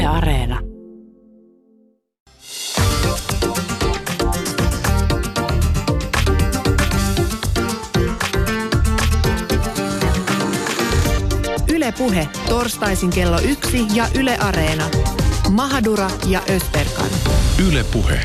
Yle Areena. Yle Puhe, torstaisin kello 1 ja Yle Areena. Mahadura ja Ösberkan. Yle Puhe.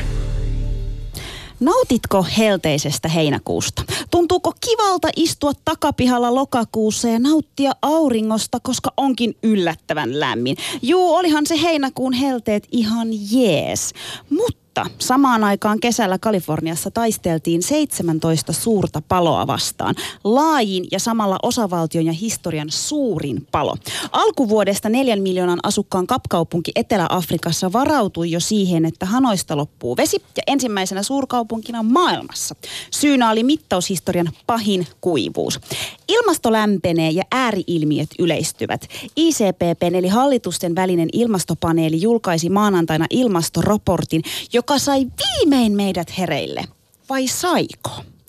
Nautitko helteisestä heinäkuusta? Tuntuuko kivalta istua takapihalla lokakuussa ja nauttia auringosta, koska onkin yllättävän lämmin? Juu, olihan se heinäkuun helteet ihan jees. Mutta samaan aikaan kesällä Kaliforniassa taisteltiin 17 suurta paloa vastaan. Laajin ja samalla osavaltion ja historian suurin palo. Alkuvuodesta 4 miljoonan asukkaan kapkaupunki Etelä-Afrikassa varautui jo siihen, että Hanoista loppuu vesi ja ensimmäisenä suurkaupunkina maailmassa. Syynä oli mittaushistorian pahin kuivuus. Ilmasto lämpenee ja ääriilmiöt yleistyvät. ICPP eli hallitusten välinen ilmastopaneeli julkaisi maanantaina ilmastoraportin, joka sai viimein meidät hereille. Vai saiko?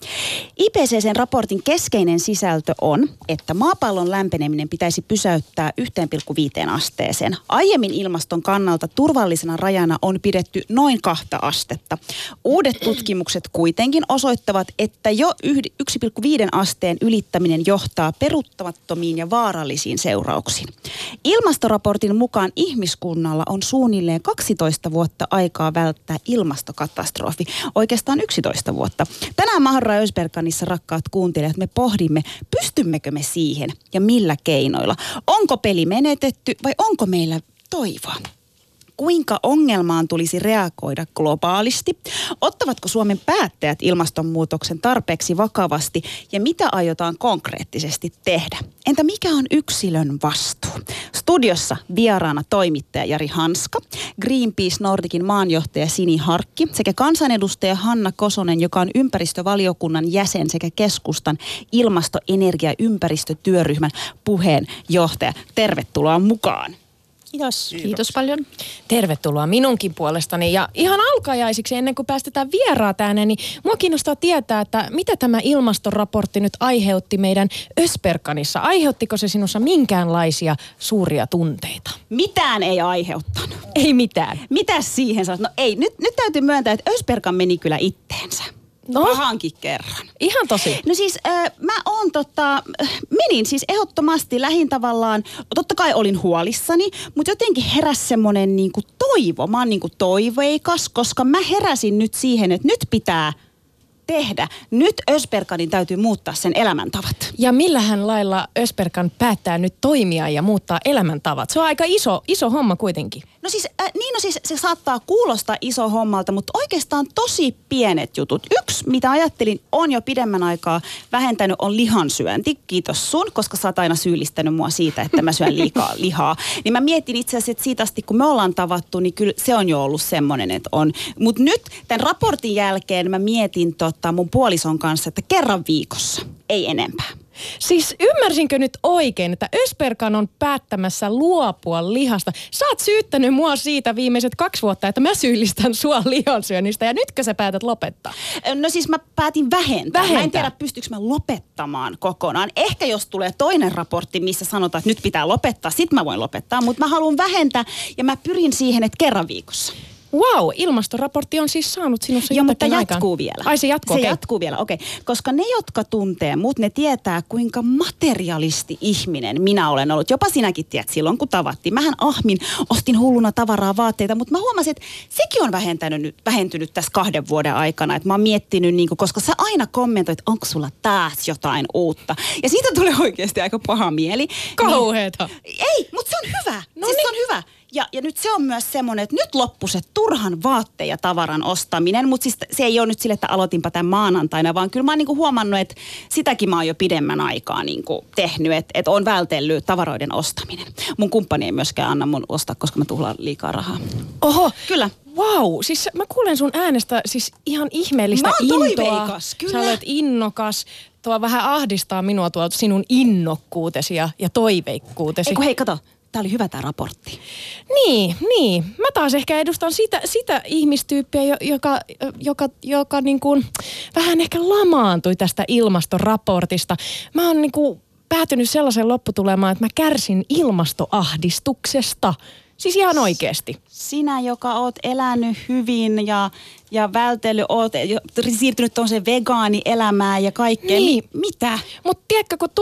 IPCC:n raportin keskeinen sisältö on, että maapallon lämpeneminen pitäisi pysäyttää 1,5 asteeseen. Aiemmin ilmaston kannalta turvallisena rajana on pidetty noin 2 astetta. Uudet tutkimukset kuitenkin osoittavat, että jo 1,5 asteen ylittäminen johtaa peruuttamattomiin ja vaarallisiin seurauksiin. Ilmastoraportin mukaan ihmiskunnalla on suunnilleen 12 vuotta aikaa välttää ilmastokatastrofi. Oikeastaan 11 vuotta. Tänään Mahadura Ösberkanissa, rakkaat kuuntelijat, me pohdimme, pystymmekö me siihen ja millä keinoilla. Onko peli menetetty vai onko meillä toivoa? Kuinka ongelmaan tulisi reagoida globaalisti? Ottavatko Suomen päättäjät ilmastonmuutoksen tarpeeksi vakavasti ja mitä aiotaan konkreettisesti tehdä? Entä mikä on yksilön vastuu? Studiossa vieraana toimittaja Jari Hanska, Greenpeace Nordicin maanjohtaja Sini Harkki sekä kansanedustaja Hanna Kosonen, joka on ympäristövaliokunnan jäsen sekä keskustan ilmasto-, energia- ja ympäristötyöryhmän puheenjohtaja. Tervetuloa mukaan. Kiitos paljon. Tervetuloa minunkin puolestani. Ja ihan alkajaisiksi, ennen kuin päästetään vieraat ääneen, niin mua kiinnostaa tietää, että mitä tämä ilmastoraportti nyt aiheutti meidän Ösberkanissa. Aiheuttiko se sinussa minkäänlaisia suuria tunteita? Mitään ei aiheuttanut. Ei mitään. Mitäs siihen sanot? No ei, nyt täytyy myöntää, että Ösberkan meni kyllä itteensä. No. Pahankin kerran. Ihan tosi. No siis menin siis ehdottomasti lähin tavallaan, totta kai olin huolissani, mutta jotenkin heräsi semmoinen niinku toivo. Mä oon niinku toiveikas, koska mä heräsin nyt siihen, että nyt pitää tehdä. Nyt Ösberkanin täytyy muuttaa sen elämäntavat. Ja millähän lailla Ösberkan päättää nyt toimia ja muuttaa elämäntavat? Se on aika iso homma kuitenkin. No siis, se saattaa kuulostaa iso hommalta, mutta oikeastaan tosi pienet jutut. Yksi, mitä ajattelin, on jo pidemmän aikaa vähentänyt, on lihansyönti. Kiitos sun, koska sä oot aina syyllistänyt mua siitä, että mä syön liikaa lihaa. Niin mä mietin itse asiassa, että siitä asti kun me ollaan tavattu, niin kyllä se on jo ollut semmoinen, että on. Mutta nyt tämän raportin jälkeen mä mietin mun puolison kanssa, että kerran viikossa, ei enempää. Siis ymmärsinkö nyt oikein, että Ösberkan on päättämässä luopua lihasta? Sä oot syyttänyt mua siitä viimeiset 2 vuotta, että mä syyllistän sua lihansyönnistä ja nytkö sä päätät lopettaa? No siis mä päätin vähentää. Mä en tiedä, pystyykö mä lopettamaan kokonaan. Ehkä jos tulee toinen raportti, missä sanotaan, että nyt pitää lopettaa, sit mä voin lopettaa. Mutta mä haluan vähentää ja mä pyrin siihen, että kerran viikossa. Wow, ilmastoraportti on siis saanut sinussa jotakin aikaan. Jatkuu vielä. Ai se jatkuu, Se jatkuu vielä, okei. Koska ne, jotka tuntee mut, ne tietää, kuinka materialisti ihminen minä olen ollut. Jopa sinäkin tiedät silloin, kun tavattiin. Mähän ostin hulluna tavaraa, vaatteita, mutta mä huomasin, että sekin on vähentynyt tässä 2 vuoden aikana. Että mä oon miettinyt, koska sä aina kommentoit, että onko sulla taas jotain uutta. Ja siitä tulee oikeasti aika paha mieli. Kauheeta. Ei, mutta se on hyvä. Se on hyvä. Ja nyt se on myös semmoinen, että nyt loppui se turhan vaatteen ja tavaran ostaminen, mutta siis se ei ole nyt sille, että aloitinpa tämän maanantaina, vaan kyllä mä oon huomannut, että sitäkin mä oon jo pidemmän aikaa tehnyt, että on vältellyt tavaroiden ostaminen. Mun kumppani ei myöskään anna mun ostaa, koska mä tuhlaan liikaa rahaa. Oho. Kyllä. Wow, siis mä kuulen sun äänestä siis ihan ihmeellistä intoa. Mä oon toiveikas, kyllä. Sä olet innokas. Tuo vähän ahdistaa minua tuolta sinun innokkuutesi ja toiveikkuutesi. Eiku hei, kato. Tämä oli hyvä tämä raportti. Niin. Mä taas ehkä edustan sitä ihmistyyppiä, joka niin kuin vähän ehkä lamaantui tästä ilmastoraportista. Mä oon niin kuin päätynyt sellaisen lopputulemaan, että mä kärsin ilmastoahdistuksesta. Siis ihan oikeasti. Sinä, joka oot elänyt hyvin ja vältellyt, oot siirtynyt tuollaiseen vegaanielämään ja kaikkea. Niin. Mitä? Mutta tiedätkö, kun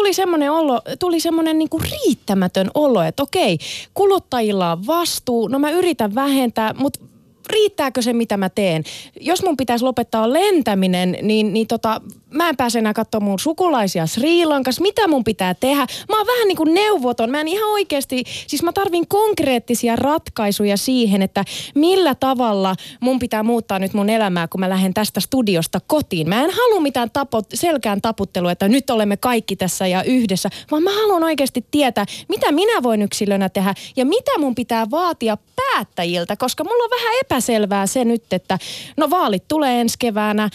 tuli semmoinen niinku riittämätön olo, että okei, kuluttajilla on vastuu, no mä yritän vähentää, mutta riittääkö se, mitä mä teen? Jos mun pitäisi lopettaa lentäminen, niin mä en pääse enää katsomaan mun sukulaisia Sri Lankassa. Mitä mun pitää tehdä? Mä oon vähän niin kuin neuvoton. Mä en ihan oikeasti, siis mä tarvin konkreettisia ratkaisuja siihen, että millä tavalla mun pitää muuttaa nyt mun elämää, kun mä lähden tästä studiosta kotiin. Mä en halua mitään selkään taputtelua, että nyt olemme kaikki tässä ja yhdessä, vaan mä haluan oikeasti tietää, mitä minä voin yksilönä tehdä ja mitä mun pitää vaatia päättäjiltä, koska mulla on vähän epäselvää se nyt, että no vaalit tulee ensi keväänä.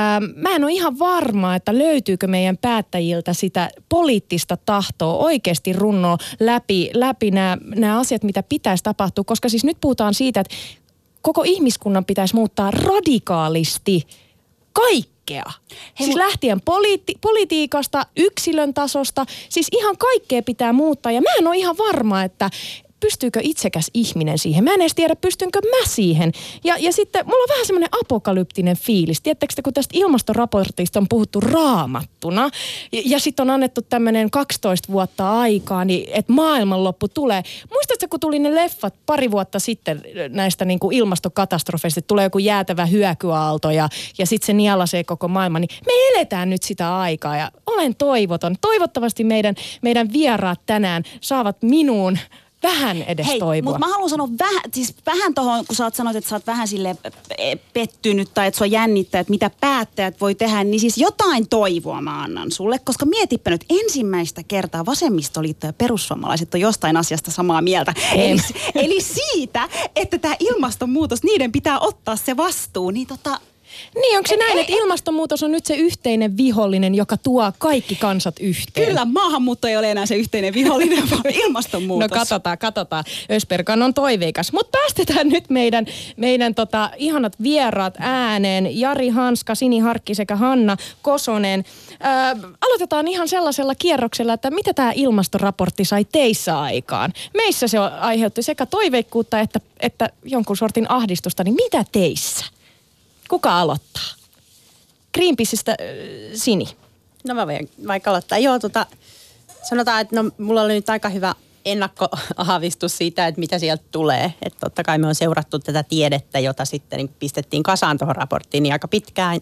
Mä en ole ihan varma, että löytyykö meidän päättäjiltä sitä poliittista tahtoa oikeasti runnoa läpi nämä asiat, mitä pitäisi tapahtua, koska siis nyt puhutaan siitä, että koko ihmiskunnan pitäisi muuttaa radikaalisti kaikkea. Siis lähtien politiikasta, yksilön tasosta, siis ihan kaikkea pitää muuttaa ja mä en ole ihan varma, että pystyykö itsekäs ihminen siihen? Mä en edes tiedä, pystynkö mä siihen. Ja sitten mulla on vähän semmoinen apokalyptinen fiilis. Tiedättekö te, kun tästä ilmastoraportista on puhuttu raamattuna ja sitten on annettu tämmöinen 12 vuotta aikaa, niin että maailmanloppu tulee. Muistatko, kun tuli ne leffat pari vuotta sitten näistä niin kuin ilmastokatastrofeista, että tulee joku jäätävä hyökyaalto ja sitten se nielasee koko maailman, niin me eletään nyt sitä aikaa ja olen toivoton. Toivottavasti meidän vieraat tänään saavat minuun vähän edes toivoa. Mutta mä haluan sanoa vähän tohon, kun sä oot sanonut, että sä oot vähän sille pettynyt tai että sua jännittää, että mitä päättäjät voi tehdä, niin siis jotain toivoa mä annan sulle, koska mietipä nyt ensimmäistä kertaa vasemmistoliitto ja perussuomalaiset on jostain asiasta samaa mieltä. Eli siitä, että tämä ilmastonmuutos, niiden pitää ottaa se vastuu, niin Niin, onko se näin, että ilmastonmuutos on nyt se yhteinen vihollinen, joka tuo kaikki kansat yhteen? Kyllä, maahanmuutto ei ole enää se yhteinen vihollinen, vaan ilmastonmuutos. No katsotaan. Ösperkan on toiveikas. Mutta päästetään nyt meidän ihanat vieraat ääneen. Jari Hanska, Sini Harkki sekä Hanna Kosonen. Aloitetaan ihan sellaisella kierroksella, että mitä tämä ilmastoraportti sai teissä aikaan? Meissä se aiheutti sekä toiveikkuutta että jonkun sortin ahdistusta, niin mitä teissä? Kuka aloittaa? Greenpeaceista Sini. No mä voin vaikka aloittaa. Joo, sanotaan, että mulla oli nyt aika hyvä ennakkoaavistus siitä, että mitä sieltä tulee. Että totta kai me on seurattu tätä tiedettä, jota sitten niin pistettiin kasaan tuohon raporttiin niin aika pitkään.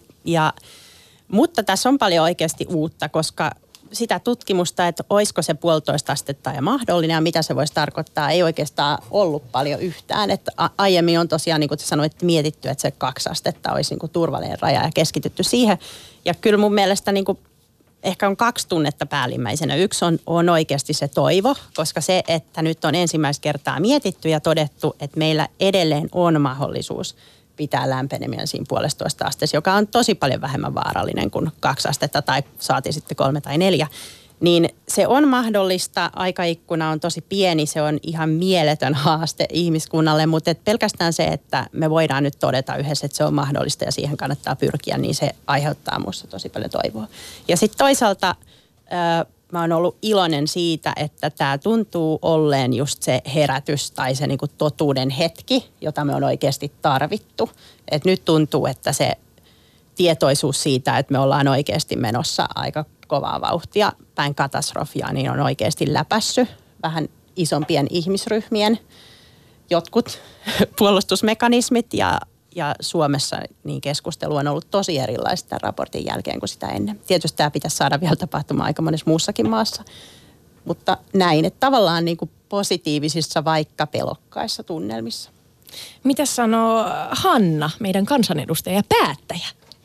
Mutta tässä on paljon oikeasti uutta, koska sitä tutkimusta, että olisiko se 1,5 astetta ja mahdollinen ja mitä se voisi tarkoittaa, ei oikeastaan ollut paljon yhtään. Että aiemmin on tosiaan, niin kuin te sanoitte, mietitty, että se 2 astetta olisi niin kuin turvallinen raja ja keskitytty siihen. Ja kyllä mun mielestä niin kuin ehkä on 2 tunnetta päällimmäisenä. Yksi on oikeasti se toivo, koska se, että nyt on ensimmäistä kertaa mietitty ja todettu, että meillä edelleen on mahdollisuus pitää lämpeneminen siinä 1,5 asteessa, joka on tosi paljon vähemmän vaarallinen kuin 2 astetta tai saatiin sitten 3 tai 4. Niin se on mahdollista, aikaikkuna on tosi pieni, se on ihan mieletön haaste ihmiskunnalle, mutta pelkästään se, että me voidaan nyt todeta yhdessä, että se on mahdollista ja siihen kannattaa pyrkiä, niin se aiheuttaa minusta tosi paljon toivoa. Ja sitten toisaalta mä oon ollut iloinen siitä, että tämä tuntuu olleen just se herätys tai se niinku totuuden hetki, jota me on oikeasti tarvittu. Et nyt tuntuu, että se tietoisuus siitä, että me ollaan oikeasti menossa aika kovaa vauhtia päin katastrofia, niin on oikeasti läpässyt vähän isompien ihmisryhmien jotkut puolustusmekanismit ja Suomessa niin keskustelu on ollut tosi erilaista tämän raportin jälkeen kuin sitä ennen. Tietysti tämä pitäisi saada vielä tapahtumaan aika monessa muussakin maassa, mutta näin, että tavallaan niin kuin positiivisissa vaikka pelokkaissa tunnelmissa. Mitä sanoo Hanna, meidän kansanedustaja ja päättäjä?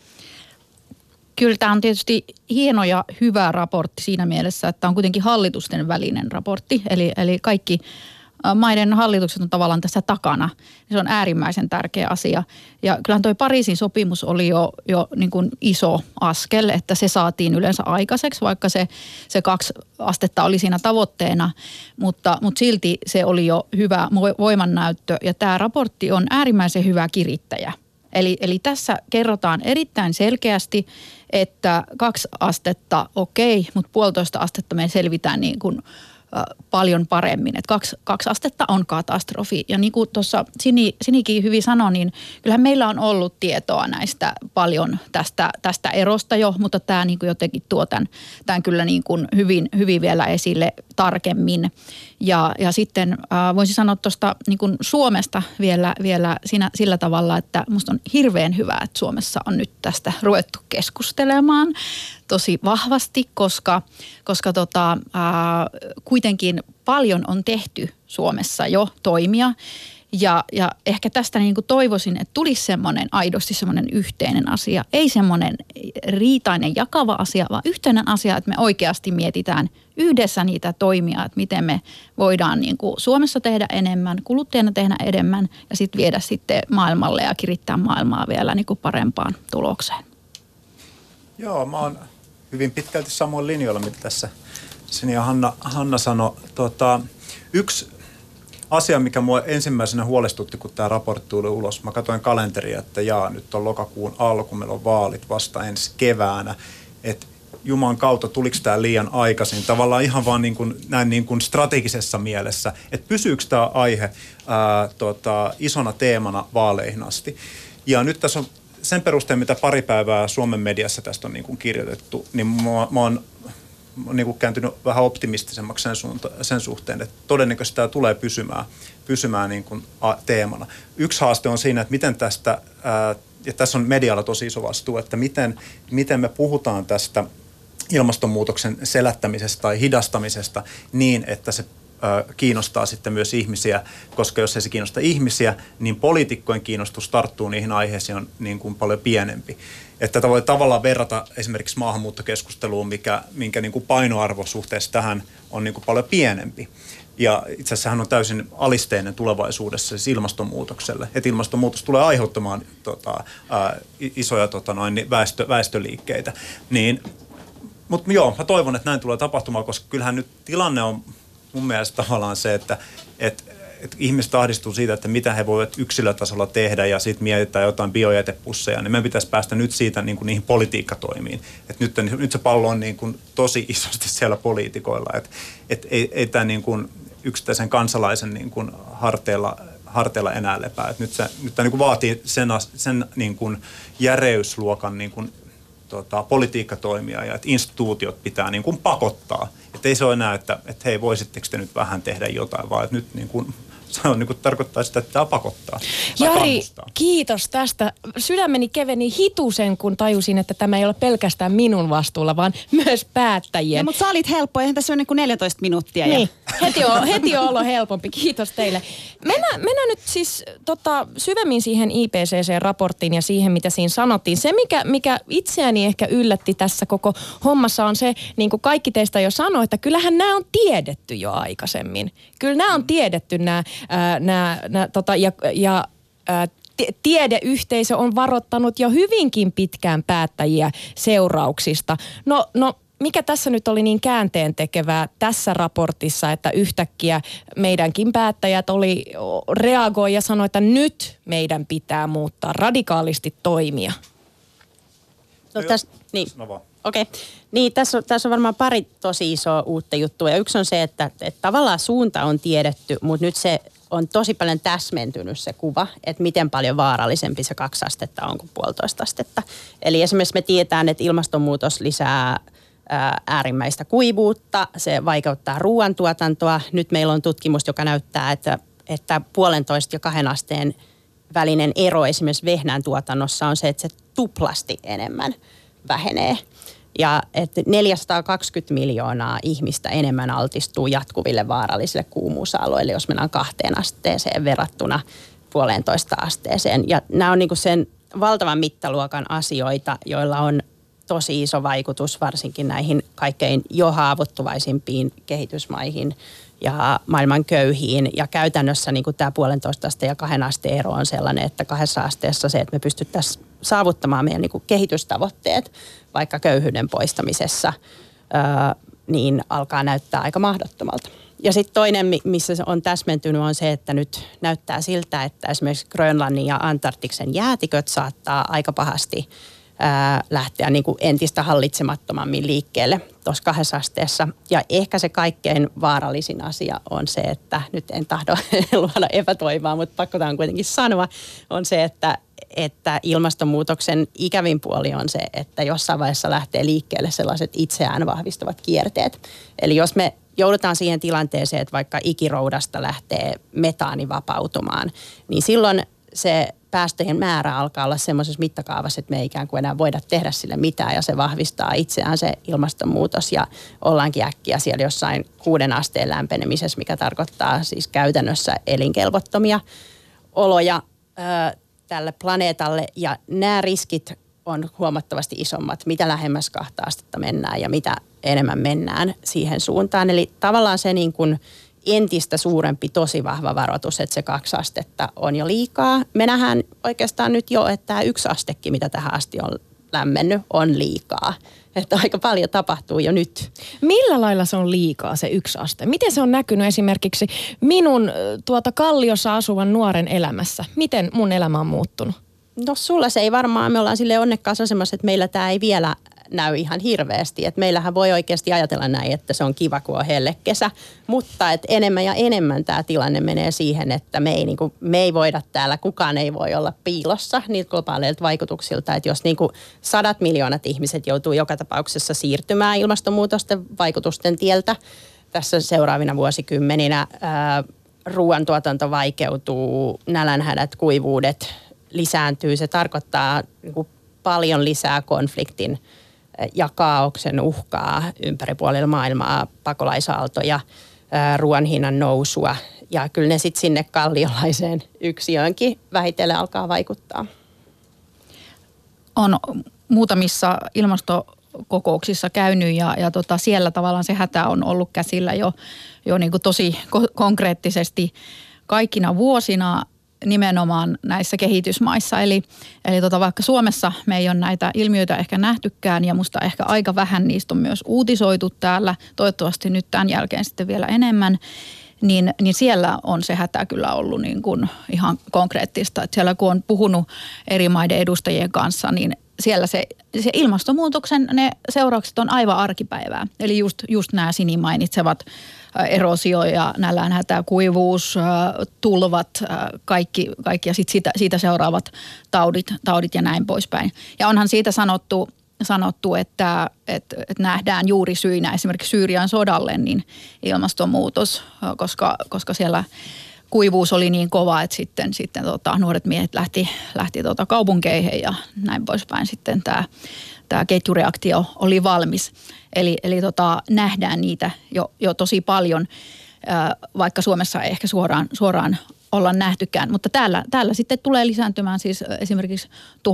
Kyllä tämä on tietysti hieno ja hyvä raportti siinä mielessä, että on kuitenkin hallitusten välinen raportti, eli kaikki maiden hallitukset on tavallaan tässä takana. Se on äärimmäisen tärkeä asia. Ja kyllähän toi Pariisin sopimus oli jo niin kuin iso askel, että se saatiin yleensä aikaiseksi, vaikka se 2 astetta oli siinä tavoitteena. Mutta silti se oli jo hyvä voimannäyttö ja tämä raportti on äärimmäisen hyvä kirittäjä. Eli tässä kerrotaan erittäin selkeästi, että 2 astetta okei, mutta 1,5 astetta me selvitään niin kuin paljon paremmin. Että 2 astetta on katastrofi. Ja niin kuin tuossa Sinikin hyvin sanoi, niin kyllähän meillä on ollut tietoa näistä paljon tästä erosta jo, mutta tämä niin kuin jotenkin tuo tämän kyllä niin kuin hyvin vielä esille tarkemmin. Ja sitten voisin sanoa tuosta niin kuin Suomesta vielä sillä tavalla, että musta on hirveän hyvä, että Suomessa on nyt tästä ruvettu keskustelemaan tosi vahvasti, koska kuitenkin paljon on tehty Suomessa jo toimia. Ja ehkä tästä niin kuin toivoisin, että tulisi aidosti semmoinen yhteinen asia. Ei semmoinen riitainen jakava asia, vaan yhteinen asia, että me oikeasti mietitään yhdessä niitä toimia, että miten me voidaan niin kuin Suomessa tehdä enemmän, kuluttajana tehdä enemmän ja sitten viedä sitten maailmalle ja kirittää maailmaa vielä niin kuin parempaan tulokseen. Joo, mä oon hyvin pitkälti samoin linjoilla, mitä tässä Sini ja Hanna sanoi. Yksi asia, mikä mua ensimmäisenä huolestutti, kun tämä raportti tuli ulos. Mä katsoin kalenteria, että nyt on lokakuun alku, meillä on vaalit vasta ensi keväänä. Että Jumalan kautta, tuliko tämä liian aikaisin? Tavallaan ihan vaan näin niin kuin strategisessa mielessä, että pysyykö tämä aihe isona teemana vaaleihin asti. Ja nyt tässä on sen perusteella, mitä pari päivää Suomen mediassa tästä on niin kuin kirjoitettu, niin mä oon niin kuin kääntynyt vähän optimistisemmaksi sen suhteen, että todennäköisesti tämä tulee pysymään niin kuin teemana. Yksi haaste on siinä, että miten tästä, ja tässä on medialla tosi iso vastuu, että miten me puhutaan tästä ilmastonmuutoksen selättämisestä tai hidastamisesta niin, että se kiinnostaa sitten myös ihmisiä, koska jos ei se kiinnosta ihmisiä, niin poliitikkojen kiinnostus tarttuu niihin aiheisiin on niin kuin paljon pienempi. Että tätä voi tavallaan verrata esimerkiksi maahanmuuttokeskusteluun, minkä niin kuin painoarvo suhteessa tähän on niin kuin paljon pienempi. Ja itse asiassa hän on täysin alisteinen tulevaisuudessa siis ilmastonmuutokselle. Että ilmastonmuutos tulee aiheuttamaan isoja väestöliikkeitä. Mutta joo, mä toivon, että näin tulee tapahtumaan, koska kyllähän nyt tilanne on mun mielestä tavallaan se, että ihmiset ahdistuu siitä, että mitä he voivat yksilötasolla tehdä ja sitten mietitään jotain biojätepusseja, niin meidän pitäisi päästä nyt siitä niin kuin niihin politiikkatoimiin. Et nyt se pallo on niin kuin tosi isosti siellä poliitikoilla, että ei tämä niin kuin yksittäisen kansalaisen niin kuin harteilla enää lepää. Et nyt tämä niin kuin vaatii sen niin kuin järeysluokan niin kuin politiikkatoimia ja että instituutiot pitää niin kuin pakottaa. Että ei se ole enää, että hei, voisitteko te nyt vähän tehdä jotain, vaan että nyt niin kuin, se on, niin kuin tarkoittaa sitä, että pitää pakottaa. Jari, kannustaa. Kiitos tästä. Sydämeni keveni hitusen, kun tajusin, että tämä ei ole pelkästään minun vastuulla, vaan myös päättäjien. No, mutta sä olit helppo, eihän tässä ole niin kuin 14 minuuttia. Niin, heti on ollut helpompi. Kiitos teille. Mennään nyt siis syvemmin siihen IPCC-raporttiin ja siihen, mitä siinä sanottiin. Se, mikä itseäni ehkä yllätti tässä koko hommassa on se, niin kuin kaikki teistä jo sanoi, että kyllähän nämä on tiedetty jo aikaisemmin. Kyllä nämä on tiedetty tiedeyhteisö on varoittanut jo hyvinkin pitkään päättäjiä seurauksista. No mikä tässä nyt oli niin käänteentekevää tässä raportissa, että yhtäkkiä meidänkin päättäjät reagoi ja sanoi, että nyt meidän pitää muuttaa radikaalisti toimia. No niin. Okei. Niin, tässä on varmaan pari tosi isoa uutta juttua. Ja yksi on se, että tavallaan suunta on tiedetty, mutta nyt se on tosi paljon täsmentynyt se kuva, että miten paljon vaarallisempi se 2 astetta on kuin 1,5 astetta. Eli esimerkiksi me tiedetään, että ilmastonmuutos lisää äärimmäistä kuivuutta, se vaikeuttaa ruoantuotantoa. Nyt meillä on tutkimus, joka näyttää, että 1,5 ja 2 asteen välinen ero esimerkiksi vehnän tuotannossa on se, että se tuplasti enemmän vähenee. Ja että 420 miljoonaa ihmistä enemmän altistuu jatkuville vaarallisille kuumuusalueille, jos mennään 2 asteeseen verrattuna 1,5 asteeseen. Ja nämä on niin kuin sen valtavan mittaluokan asioita, joilla on tosi iso vaikutus varsinkin näihin kaikkein jo haavoittuvaisimpiin kehitysmaihin ja maailman köyhiin. Ja käytännössä niin kuin tämä 1,5 asteen ja 2 asteen ero on sellainen, että 2 asteessa se, että me pystyttäisiin saavuttamaan meidän niin kuin kehitystavoitteet vaikka köyhyyden poistamisessa, niin alkaa näyttää aika mahdottomalta. Ja sitten toinen, missä se on täsmentynyt, on se, että nyt näyttää siltä, että esimerkiksi Grönlannin ja Antarktiksen jäätiköt saattaa aika pahasti lähteä niin kuin entistä hallitsemattomammin liikkeelle. tuossa 2 asteessa. Ja ehkä se kaikkein vaarallisin asia on se, että nyt en tahdo luoda epätoivoa, mutta pakko tämä on kuitenkin sanoa, on se, että ilmastonmuutoksen ikävin puoli on se, että jossain vaiheessa lähtee liikkeelle sellaiset itseään vahvistavat kierteet. Eli jos me joudutaan siihen tilanteeseen, että vaikka ikiroudasta lähtee metaani vapautumaan, niin silloin se päästöjen määrä alkaa olla semmoisessa mittakaavassa, että me ei ikään kuin enää voida tehdä sille mitään ja se vahvistaa itseään se ilmastonmuutos ja ollaankin äkkiä siellä jossain 6 asteen lämpenemisessä, mikä tarkoittaa siis käytännössä elinkelvottomia oloja tälle planeetalle ja nämä riskit on huomattavasti isommat, mitä lähemmäs 2 astetta mennään ja mitä enemmän mennään siihen suuntaan. Eli tavallaan se niin kuin entistä suurempi, tosi vahva varoitus, että se 2 astetta on jo liikaa. Me nähdään oikeastaan nyt jo, että tämä 1 astekin, mitä tähän asti on lämmennyt, on liikaa. Että aika paljon tapahtuu jo nyt. Millä lailla se on liikaa se 1 aste? Miten se on näkynyt esimerkiksi minun Kalliossa asuvan nuoren elämässä? Miten mun elämä on muuttunut? No sulla se ei varmaan, me ollaan silleen onnekkaassa asemassa, että meillä tämä ei vielä näy ihan hirveästi. Että meillähän voi oikeasti ajatella näin, että se on kiva, kun on hellekesä. Mutta että enemmän ja enemmän tämä tilanne menee siihen, että me ei voida täällä, kukaan ei voi olla piilossa niiltä globaaleilta vaikutuksilta. Että jos 100 miljoonat ihmiset joutuu joka tapauksessa siirtymään ilmastonmuutosten vaikutusten tieltä tässä seuraavina vuosikymmeninä, ruoantuotanto vaikeutuu, nälänhädät, kuivuudet lisääntyy. Se tarkoittaa paljon lisää konfliktin ja kaaoksen uhkaa ympäri puolilla maailmaa, pakolaisaaltoja, ruoan hinnan nousua. Ja kyllä ne sitten sinne kalliolaiseen yksiöönkin vähitellen alkaa vaikuttaa. On muutamissa ilmastokokouksissa käynyt ja siellä tavallaan se hätä on ollut käsillä jo niin kuin tosi konkreettisesti kaikkina vuosina nimenomaan näissä kehitysmaissa. Eli vaikka Suomessa me ei ole näitä ilmiöitä ehkä nähtykään ja musta ehkä aika vähän niistä on myös uutisoitu täällä, toivottavasti nyt tämän jälkeen sitten vielä enemmän, niin siellä on se hätä kyllä ollut niin kuin ihan konkreettista. Että siellä kun on puhunut eri maiden edustajien kanssa, niin siellä se ilmastonmuutoksen ne seuraukset on aivan arkipäivää. Eli just nämä Sini mainitsevat erosio ja nälänhätä, kuivuus, tulvat, kaikki ja sitten siitä seuraavat taudit ja näin poispäin. Ja onhan siitä sanottu että nähdään juuri syinä esimerkiksi Syyrian sodalle niin ilmastonmuutos, koska siellä kuivuus oli niin kova, että sitten nuoret miehet lähti kaupunkeihin ja näin poispäin. Sitten tämä ketjureaktio oli valmis. Eli nähdään niitä jo tosi paljon, vaikka Suomessa ei ehkä suoraan olla nähtykään. Mutta täällä sitten tulee lisääntymään siis esimerkiksi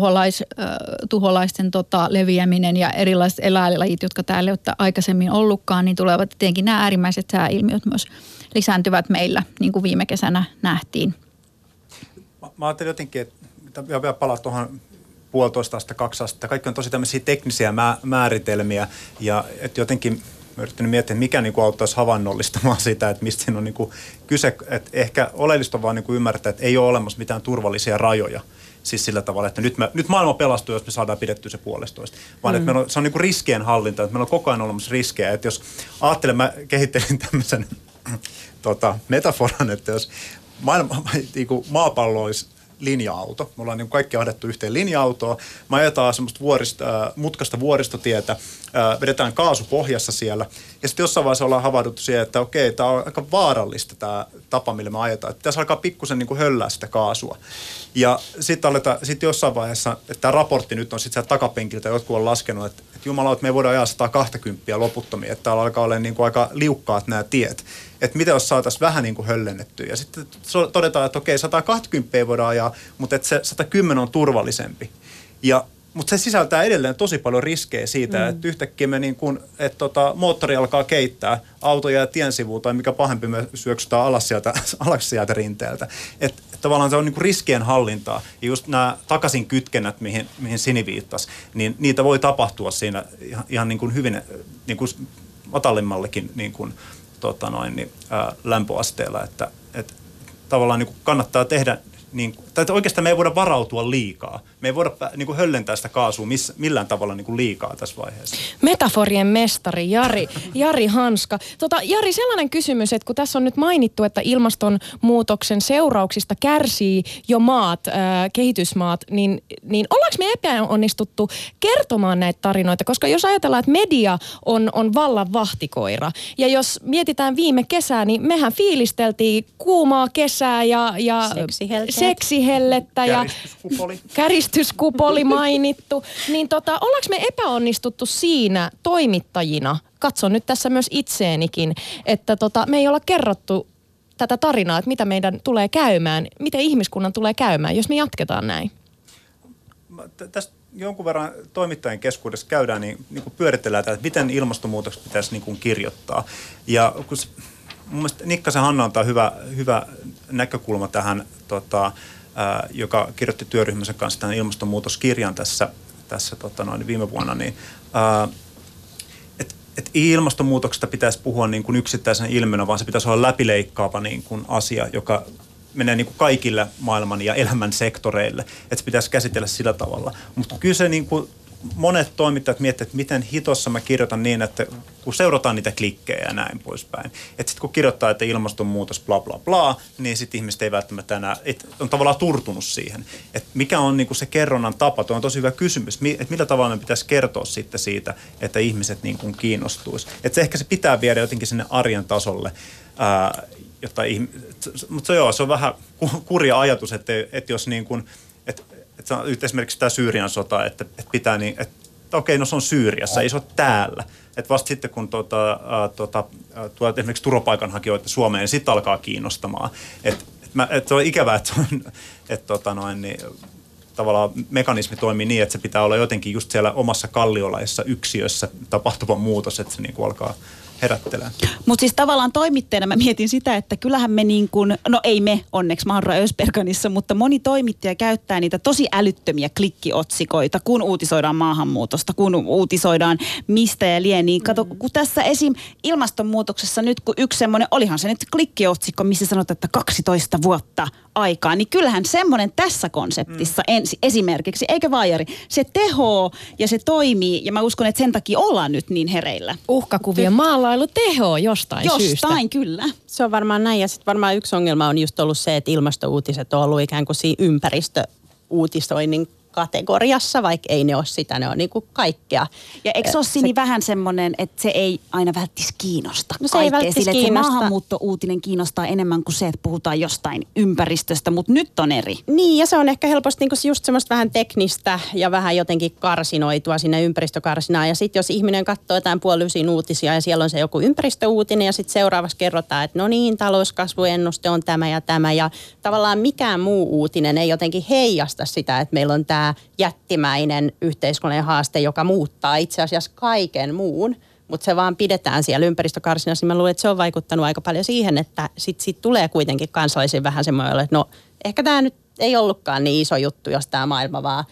tuholaisten leviäminen ja erilaiset eläinlajit, jotka täällä ei ole aikaisemmin ollutkaan, niin tulevat tietenkin nämä äärimmäiset sääilmiöt myös lisääntyvät meillä, niin kuin viime kesänä nähtiin. Mä ajattelin jotenkin, että vielä palaa tuohon 1,5 astetta, 2 astetta. Kaikki on tosi tämmöisiä teknisiä määritelmiä ja että jotenkin mä yrittänyt miettiä, että mikä niin kuin auttaisi havainnollistamaan sitä, että mistä siinä on niin kuin kyse. Että ehkä oleellista on vaan niin kuin ymmärtää, että ei ole olemassa mitään turvallisia rajoja. Siis sillä tavalla, että nyt maailma pelastuu, jos me saadaan pidettyä se 1,5. Vaan että se on niin kuin riskien hallinta, että meillä on koko ajan olemassa riskejä. Että jos ajattelen, mä kehittelin tämmöisen metaforan, että jos maapallo olisi linja-auto. Me ollaan niin kaikki ahdettu yhteen linja-autoa. Me ajetaan semmoista mutkasta vuoristotietä, vedetään kaasu pohjassa siellä. Ja sitten jossain vaiheessa ollaan havahduttu siihen, että okei, tämä on aika vaarallista tämä tapa, millä me ajetaan. Että pitäisi alkaa pikkusen niin kuin höllää sitä kaasua. Ja sitten jossain vaiheessa, että tämä raportti nyt on sitten sieltä takapenkiltä, jotkut on laskenut, että jumala, että me ei voida ajaa 120 loputtomia, että täällä alkaa olla niin kuin aika liukkaat nämä tiet. Että mitä jos saataisiin vähän niin kuin höllennettyä. Ja sitten todetaan, että okei, 120 ei voida ajaa, mutta että se 110 on turvallisempi. Mutta se sisältää edelleen tosi paljon riskejä siitä, että yhtäkkiä me niin kuin, että moottori alkaa keittää, auto jää tien sivuun tai mikä pahempi me syöksytään alas sieltä rinteeltä. Että tavallaan se on niin kuin riskien hallintaa. Ja just nämä takaisin kytkennät, mihin Sini viittasi, niin niitä voi tapahtua siinä ihan niin kuin hyvin niin kuin matalimmallekin niin kuin, lämpöasteella. Että tavallaan niin kuin kannattaa tehdä tai oikeastaan me ei voida varautua liikaa. Me ei voida niin kuin höllentää sitä kaasua millään tavalla niin kuin liikaa tässä vaiheessa. Metaforien mestari Jari Hanska. Jari, sellainen kysymys, että kun tässä on nyt mainittu, että ilmastonmuutoksen seurauksista kärsii jo kehitysmaat, niin ollaanko me epäonnistuttu kertomaan näitä tarinoita? Koska jos ajatellaan, että media on vallan vahtikoira, ja jos mietitään viime kesää, niin mehän fiilisteltiin kuumaa kesää ja seksihellettä ja käristyskupoli mainittu. Niin ollaanko me epäonnistuttu siinä toimittajina, katson nyt tässä myös itseenikin, että me ei olla kerrottu tätä tarinaa, että mitä meidän tulee käymään, miten ihmiskunnan tulee käymään, jos me jatketaan näin? Tästä jonkun verran toimittajien keskuudessa käydään, niin kuin pyöritellään, että miten ilmastonmuutokset pitäisi niin kuin kirjoittaa. Ja kun mun mielestä Nikkasen Hanna antaa hyvä näkökulma tähän, joka kirjoitti työryhmänsä kanssa tämän ilmastonmuutoskirjan tässä viime vuonna, niin että ilmastonmuutoksesta pitäisi puhua niin kuin yksittäisen ilmiönä, vaan se pitäisi olla läpileikkaava niin kuin asia, joka menee niin kuin kaikille maailman ja elämän sektoreille, että se pitäisi käsitellä sillä tavalla. Mutta kyllä se niin kuin monet toimittajat miettivät, että miten hitossa mä kirjoitan niin, että kun seurataan niitä klikkejä ja näin poispäin. Että sitten kun kirjoittaa, että ilmastonmuutos bla bla bla, niin sitten ihmiset ei välttämättä enää, on tavallaan turtunut siihen. Että mikä on niin kuin se kerronnan tapa, tuo on tosi hyvä kysymys, että millä tavalla me pitäisi kertoa sitten siitä, että ihmiset niin kuin kiinnostuisi. Että se pitää viedä jotenkin sinne arjen tasolle, mutta se on vähän kurja ajatus, että jos niin kuin, että esimerkiksi tämä Syyrian sota, että pitää niin, että okei, no se on Syyriassa, ei se ole täällä. Että vasta sitten, kun tuo esimerkiksi turvapaikanhakijoita Suomeen, niin sitten alkaa kiinnostamaan. Että se on ikävää, että tavallaan mekanismi toimii niin, että se pitää olla jotenkin just siellä omassa kalliolaisessa yksiössä tapahtuva muutos, että se niin kuin alkaa herättelee. Mutta siis tavallaan toimittajana mä mietin sitä, että kyllähän me niin kuin, no ei me onneksi Mahadura Ösberganissa, mutta moni toimittaja käyttää niitä tosi älyttömiä klikkiotsikoita, kun uutisoidaan maahanmuutosta, kun uutisoidaan mistä ja lie. Niin kato, kun tässä esim. Ilmastonmuutoksessa nyt, kun yksi semmoinen, olihan se nyt klikkiotsikko, missä sanotaan, että 12 vuotta aikaa, niin kyllähän semmoinen tässä konseptissa esimerkiksi, eikä vaan Jari, se tehoo ja se toimii ja mä uskon, että sen takia ollaan nyt niin hereillä. Uhkakuvien maalailu tehoo jostain syystä. Jostain, kyllä. Se on varmaan näin ja sitten varmaan yksi ongelma on just ollut se, että ilmastouutiset on ollut ikään kuin siinä ympäristöuutisoinnin kategoriassa, vaikka ei ne ole sitä, ne on niinku kaikkea. Ja eikö se ole Sini vähän semmoinen, että se ei aina välttis kiinnosta no se ei välttis kiinnosta. Se maahanmuuttouutinen kiinnostaa enemmän kuin se, että puhutaan jostain ympäristöstä, mutta nyt on eri. Niin, ja se on ehkä helposti niinku just semmoista vähän teknistä ja vähän jotenkin karsinoitua sinne ympäristökarsinaan. Ja sitten jos ihminen katsoo jotain puoliysin uutisia ja siellä on se joku ympäristöuutinen ja sitten seuraavaksi kerrotaan, että no niin, talouskasvuennuste on tämä ja tavallaan mikään muu uutinen ei jotenkin heijasta sitä, että meillä on tämä jättimäinen yhteiskunnallinen haaste, joka muuttaa itse asiassa kaiken muun, mutta se vaan pidetään siellä ympäristökarsinassa. Mä luulen, että se on vaikuttanut aika paljon siihen, että sit tulee kuitenkin kansalaisille vähän semmoinen, että no ehkä tämä nyt ei ollutkaan niin iso juttu, jos tämä maailma vaan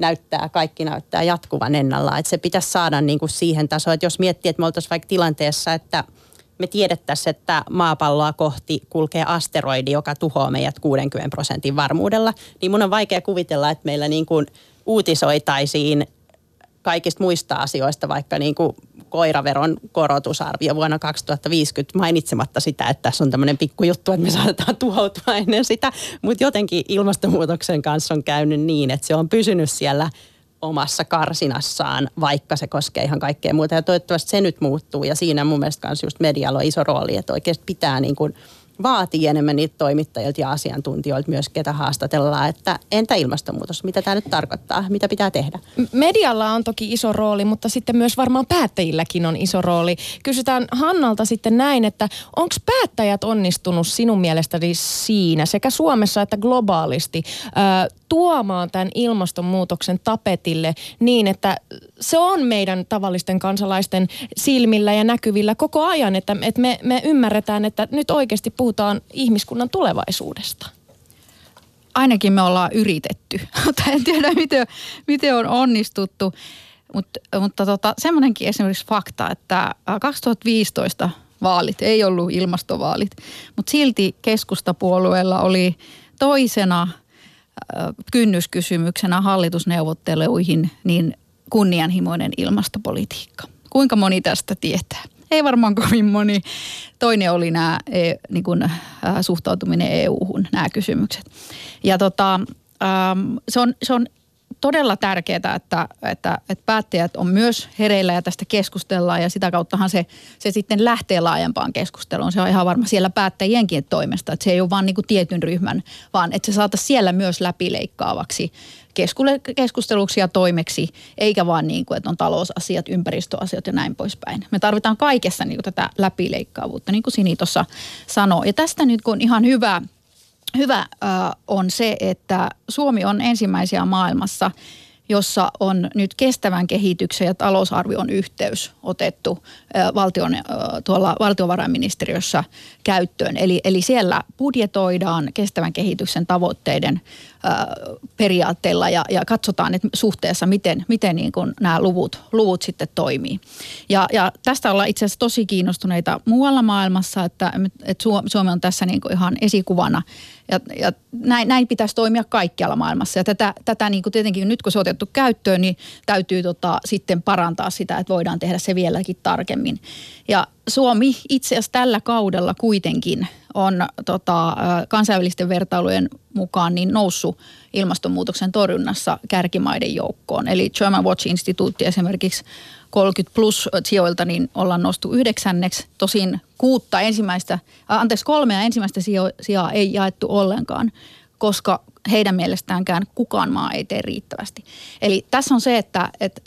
kaikki näyttää jatkuvan ennallaan. Että se pitäisi saada niin kuin siihen tasoon, että jos miettii, että me oltaisiin vaikka tilanteessa, että me tiedettäisiin, että maapalloa kohti kulkee asteroidi, joka tuhoaa meidät 60% varmuudella, niin mun on vaikea kuvitella, että meillä niin kuin uutisoitaisiin kaikista muista asioista, vaikka niin kuin koiraveron korotusarvio vuonna 2050, mainitsematta sitä, että tässä on tämmöinen pikkujuttu, että me saatetaan tuhoutua ennen sitä, mutta jotenkin ilmastonmuutoksen kanssa on käynyt niin, että se on pysynyt siellä omassa karsinassaan, vaikka se koskee ihan kaikkea muuta. Ja toivottavasti se nyt muuttuu. Ja siinä mun mielestä myös just medialla on iso rooli, että oikeasti pitää niin kuin vaatii enemmän niitä toimittajilta ja asiantuntijoilta myös, ketä haastatellaan, että entä ilmastonmuutos, mitä tämä nyt tarkoittaa, mitä pitää tehdä? Medialla on toki iso rooli, mutta sitten myös varmaan päättäjilläkin on iso rooli. Kysytään Hannalta sitten näin, että onko päättäjät onnistunut sinun mielestäsi siinä sekä Suomessa että globaalisti tuomaan tämän ilmastonmuutoksen tapetille niin, että se on meidän tavallisten kansalaisten silmillä ja näkyvillä koko ajan, että me ymmärretään, että nyt oikeasti puhutaan ihmiskunnan tulevaisuudesta. Ainakin me ollaan yritetty, mutta en tiedä miten on onnistuttu, mutta semmoinenkin esimerkiksi fakta, että 2015 vaalit ei ollut ilmastovaalit, mutta silti keskustapuolueella oli toisena kynnyskysymyksenä hallitusneuvotteluihin niin kunnianhimoinen ilmastopolitiikka. Kuinka moni tästä tietää? Ei varmaan kovin moni. Toinen oli nämä suhtautuminen EU-hun, nämä kysymykset. Ja se on todella tärkeää, että päättäjät on myös hereillä ja tästä keskustellaan ja sitä kauttahan se sitten lähtee laajempaan keskusteluun. Se on ihan varma siellä päättäjienkin toimesta, että se ei ole vaan niin kuin tietyn ryhmän, vaan että se saataisiin siellä myös läpileikkaavaksi keskusteluksi ja toimeksi, eikä vaan niin kuin, että on talousasiat, ympäristöasiat ja näin poispäin. Me tarvitaan kaikessa niin kuin tätä läpileikkaavuutta, niin kuin Sini tuossa sanoi. Ja tästä nyt kun ihan hyvä on se, että Suomi on ensimmäisiä maailmassa, jossa on nyt kestävän kehityksen ja talousarvion yhteys otettu valtiovarainministeriössä käyttöön. Eli siellä budjetoidaan kestävän kehityksen tavoitteiden periaatteella ja katsotaan että suhteessa, miten niin kuin nämä luvut sitten toimii. Ja tästä ollaan itse asiassa tosi kiinnostuneita muualla maailmassa, että Suomi on tässä niin kuin ihan esikuvana ja näin pitäisi toimia kaikkialla maailmassa. Ja tätä niin kuin tietenkin nyt kun se on otettu käyttöön, niin täytyy sitten parantaa sitä, että voidaan tehdä se vieläkin tarkemmin. Ja Suomi itse asiassa tällä kaudella kuitenkin on kansainvälisten vertailujen mukaan niin noussut ilmastonmuutoksen torjunnassa kärkimaiden joukkoon. Eli German Watch Instituutti esimerkiksi 30 plus sijoilta niin ollaan nostu 9. Tosin 3 ensimmäistä sijaa ei jaettu ollenkaan, koska heidän mielestäänkään kukaan maa ei tee riittävästi. Eli tässä on se, että